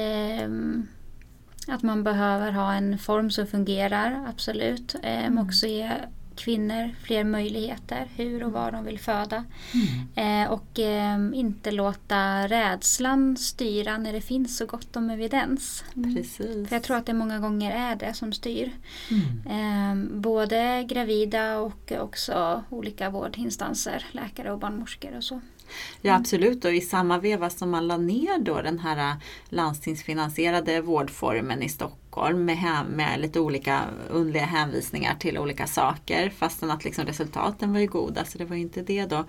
S1: att man behöver ha en form som fungerar, absolut. Också ge kvinnor fler möjligheter hur och var de vill föda. Och inte låta rädslan styra när det finns så gott om evidens.
S3: Precis.
S1: För jag tror att det många gånger är det som styr. Både gravida och också olika vårdinstanser, läkare och barnmorskor och så.
S3: Ja, absolut, och i samma veva som man la ner då den här landstingsfinansierade vårdformen i Stockholm med lite olika underliga hänvisningar till olika saker, fastän att liksom resultaten var ju goda, så det var ju inte det då.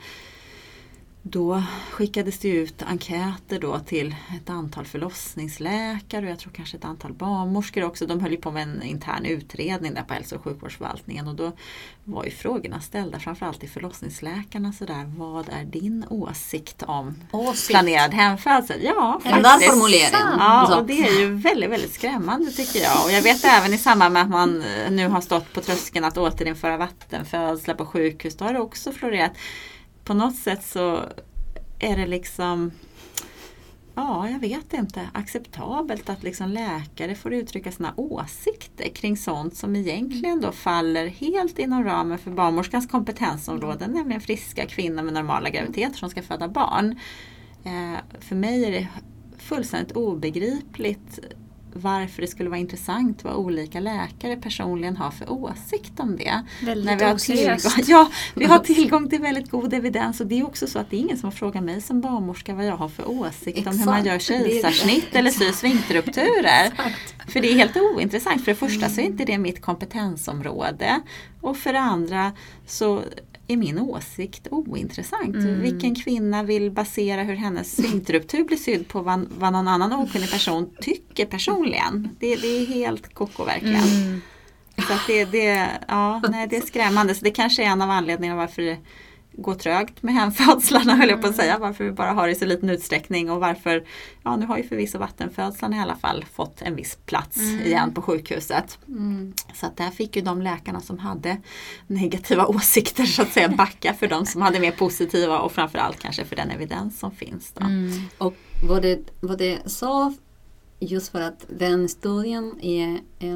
S3: Då skickades det ut enkäter då till ett antal förlossningsläkare och jag tror kanske ett antal barnmorskor också. De höll ju på med en intern utredning där på hälso- och sjukvårdsförvaltningen, och då var ju frågorna ställda framförallt till förlossningsläkarna sådär: vad är din åsikt om planerad hemfödsel? Ja, faktiskt.
S2: Formulering.
S3: Ja, och det är ju väldigt, väldigt skrämmande tycker jag. Och jag vet även i samband med att man nu har stått på tröskeln att återinföra vattenfödslar på sjukhus, då har det också florerat. På något sätt så är det liksom, ja, jag vet inte, acceptabelt att liksom läkare får uttrycka sina åsikter kring sånt som egentligen då faller helt inom ramen för barnmorskans kompetensområde, nämligen friska kvinnor med normala graviditeter som ska föda barn. För mig är det fullständigt obegripligt varför det skulle vara intressant vad olika läkare personligen har för åsikt om det.
S1: Väldigt
S3: Vi har tillgång till väldigt god evidens, och det är också så att det är ingen som har frågat mig som barnmorska vad jag har för åsikt om hur man gör kejsarsnitt eller syr sfinkterrupturer. För det är helt ointressant. För det första så är inte det mitt kompetensområde, och för det andra så är min åsikt ointressant. Vilken kvinna vill basera hur hennes sfinkterruptur blir sydd på vad någon annan okunnig person tycker personligen? Det är helt koko verkligen. Så att det är skrämmande. Så det kanske är en av anledningarna varför det går trögt med hemfödslarna, höll jag på att säga. Varför vi bara har det i så liten utsträckning, och varför, ja, nu har ju förvisso vattenfödslarna i alla fall fått en viss plats igen på sjukhuset. Så att där fick ju de läkarna som hade negativa åsikter så att säga backa för de som hade mer positiva, och framförallt kanske för den evidens som finns då.
S2: Och vad det sa, just för att den studien är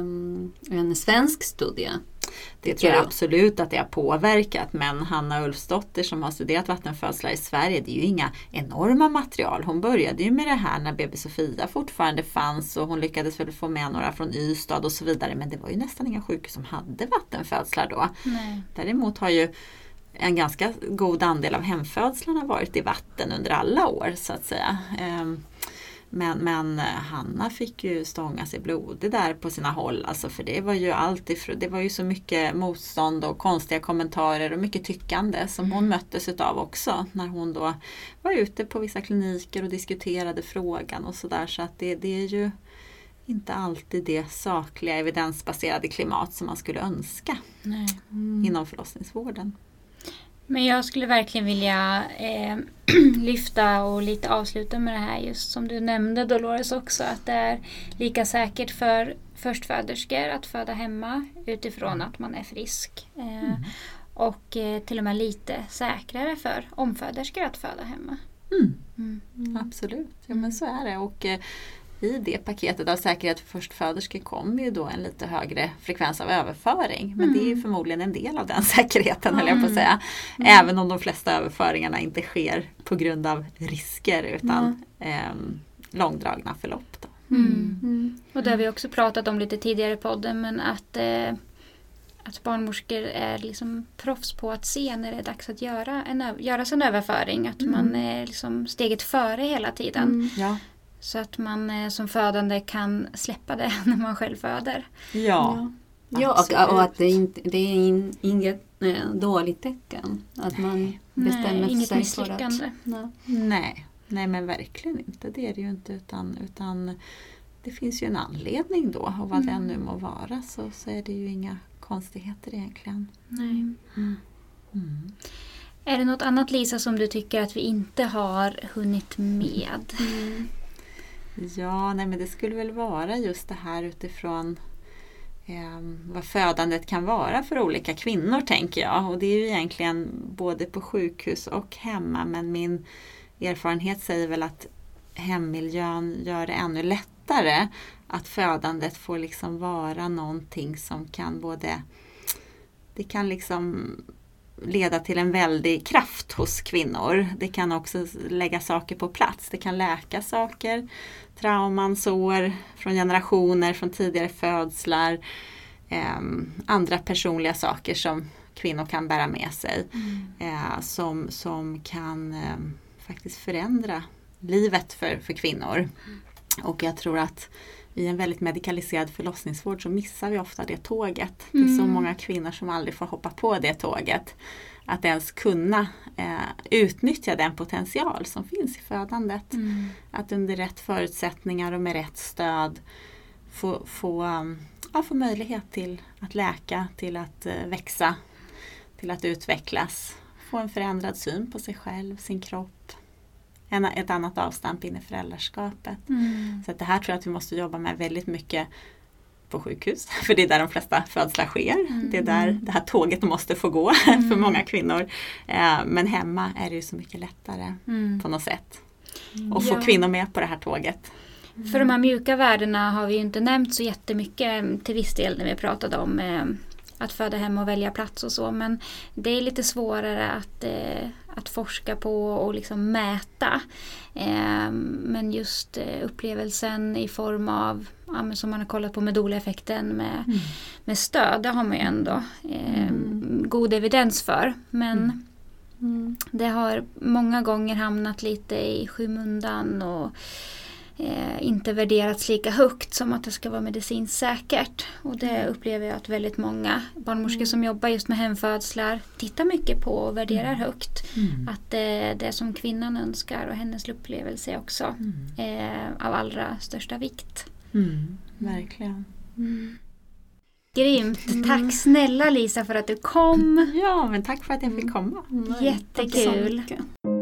S2: en svensk studie.
S3: Det tror jag absolut att det har påverkat, men Hanna Ulfsdotter som har studerat vattenfödslar i Sverige, det är ju inga enorma material. Hon började ju med det här när BB Sofia fortfarande fanns, och hon lyckades väl få med några från Ystad och så vidare, men det var ju nästan inga sjukhus som hade vattenfödslar då.
S1: Nej.
S3: Däremot har ju en ganska god andel av hemfödslarna varit i vatten under alla år så att säga. Men Hanna fick ju stånga sig blodig där på sina håll, alltså, för det var ju det var ju så mycket motstånd och konstiga kommentarer och mycket tyckande som hon möttes utav också när hon då var ute på vissa kliniker och diskuterade frågan och sådär, så att det är ju inte alltid det sakliga evidensbaserade klimat som man skulle önska inom förlossningsvården.
S1: Men jag skulle verkligen vilja lyfta och lite avsluta med det här, just som du nämnde Dolores också, att det är lika säkert för förstföderskor att föda hemma utifrån att man är frisk. Och till och med lite säkrare för omföderskor att föda hemma.
S3: Absolut, ja, men så är det. Och i det paketet av säkerhet för förstföderskor kommer ju då en lite högre frekvens av överföring. Men det är ju förmodligen en del av den säkerheten, höll jag på att säga. Även om de flesta överföringarna inte sker på grund av risker utan långdragna förlopp. Då.
S1: Och det har vi också pratat om lite tidigare i podden, men att barnmorskor är liksom proffs på att se när det är dags att göra sin överföring. Att man är liksom steget före hela tiden.
S3: Ja.
S1: Så att man som födande kan släppa det när man själv föder.
S3: Ja,
S2: och att det är inget dåligt tecken. Att man bestämmer
S1: inget
S2: sig
S1: misslyckande.
S2: för att...
S3: Nej, men verkligen inte. Det är det ju inte. Utan det finns ju en anledning då. Och vad den nu må vara så är det ju inga konstigheter egentligen.
S1: Nej. Är det något annat, Lisa, som du tycker att vi inte har hunnit med?
S3: Ja, men det skulle väl vara just det här utifrån vad födandet kan vara för olika kvinnor, tänker jag. Och det är ju egentligen både på sjukhus och hemma, men min erfarenhet säger väl att hemmiljön gör det ännu lättare att födandet får liksom vara någonting som kan det kan liksom leda till en väldig kraft hos kvinnor. Det kan också lägga saker på plats. Det kan läka saker, trauman, sår från generationer, från tidigare födslar, andra personliga saker som kvinnor kan bära med sig, som kan faktiskt förändra livet för kvinnor. Och jag tror att i en väldigt medikaliserad förlossningsvård så missar vi ofta det tåget. Det är så många kvinnor som aldrig får hoppa på det tåget. Att ens kunna utnyttja den potential som finns i födandet. Att under rätt förutsättningar och med rätt stöd få möjlighet till att läka, till att växa, till att utvecklas. Få en förändrad syn på sig själv, sin kropp. Ett annat avstamp in i föräldraskapet. Så att det här tror jag att vi måste jobba med väldigt mycket på sjukhus. För det är där de flesta födslar sker. Det är där det här tåget måste få gå för många kvinnor. Men hemma är det ju så mycket lättare på något sätt. Och få kvinnor med på det här tåget.
S1: För de här mjuka värdena har vi ju inte nämnt så jättemycket till viss del när vi pratade om att föda hem och välja plats och så. Men det är lite svårare att forska på och liksom mäta. Men just upplevelsen i form av, som man har kollat på med Doula-effekten med stöd, det har man ju ändå god evidens för. Men det har många gånger hamnat lite i skymundan och inte värderats lika högt som att det ska vara medicinskt säkert. Och det upplever jag att väldigt många barnmorskor som jobbar just med hemfödslar tittar mycket på och värderar högt. Att det som kvinnan önskar och hennes upplevelse är också av allra största vikt.
S3: Verkligen.
S1: Grymt. Tack snälla, Lisa, för att du kom.
S3: Ja, men tack för att jag fick komma.
S1: Jättekul.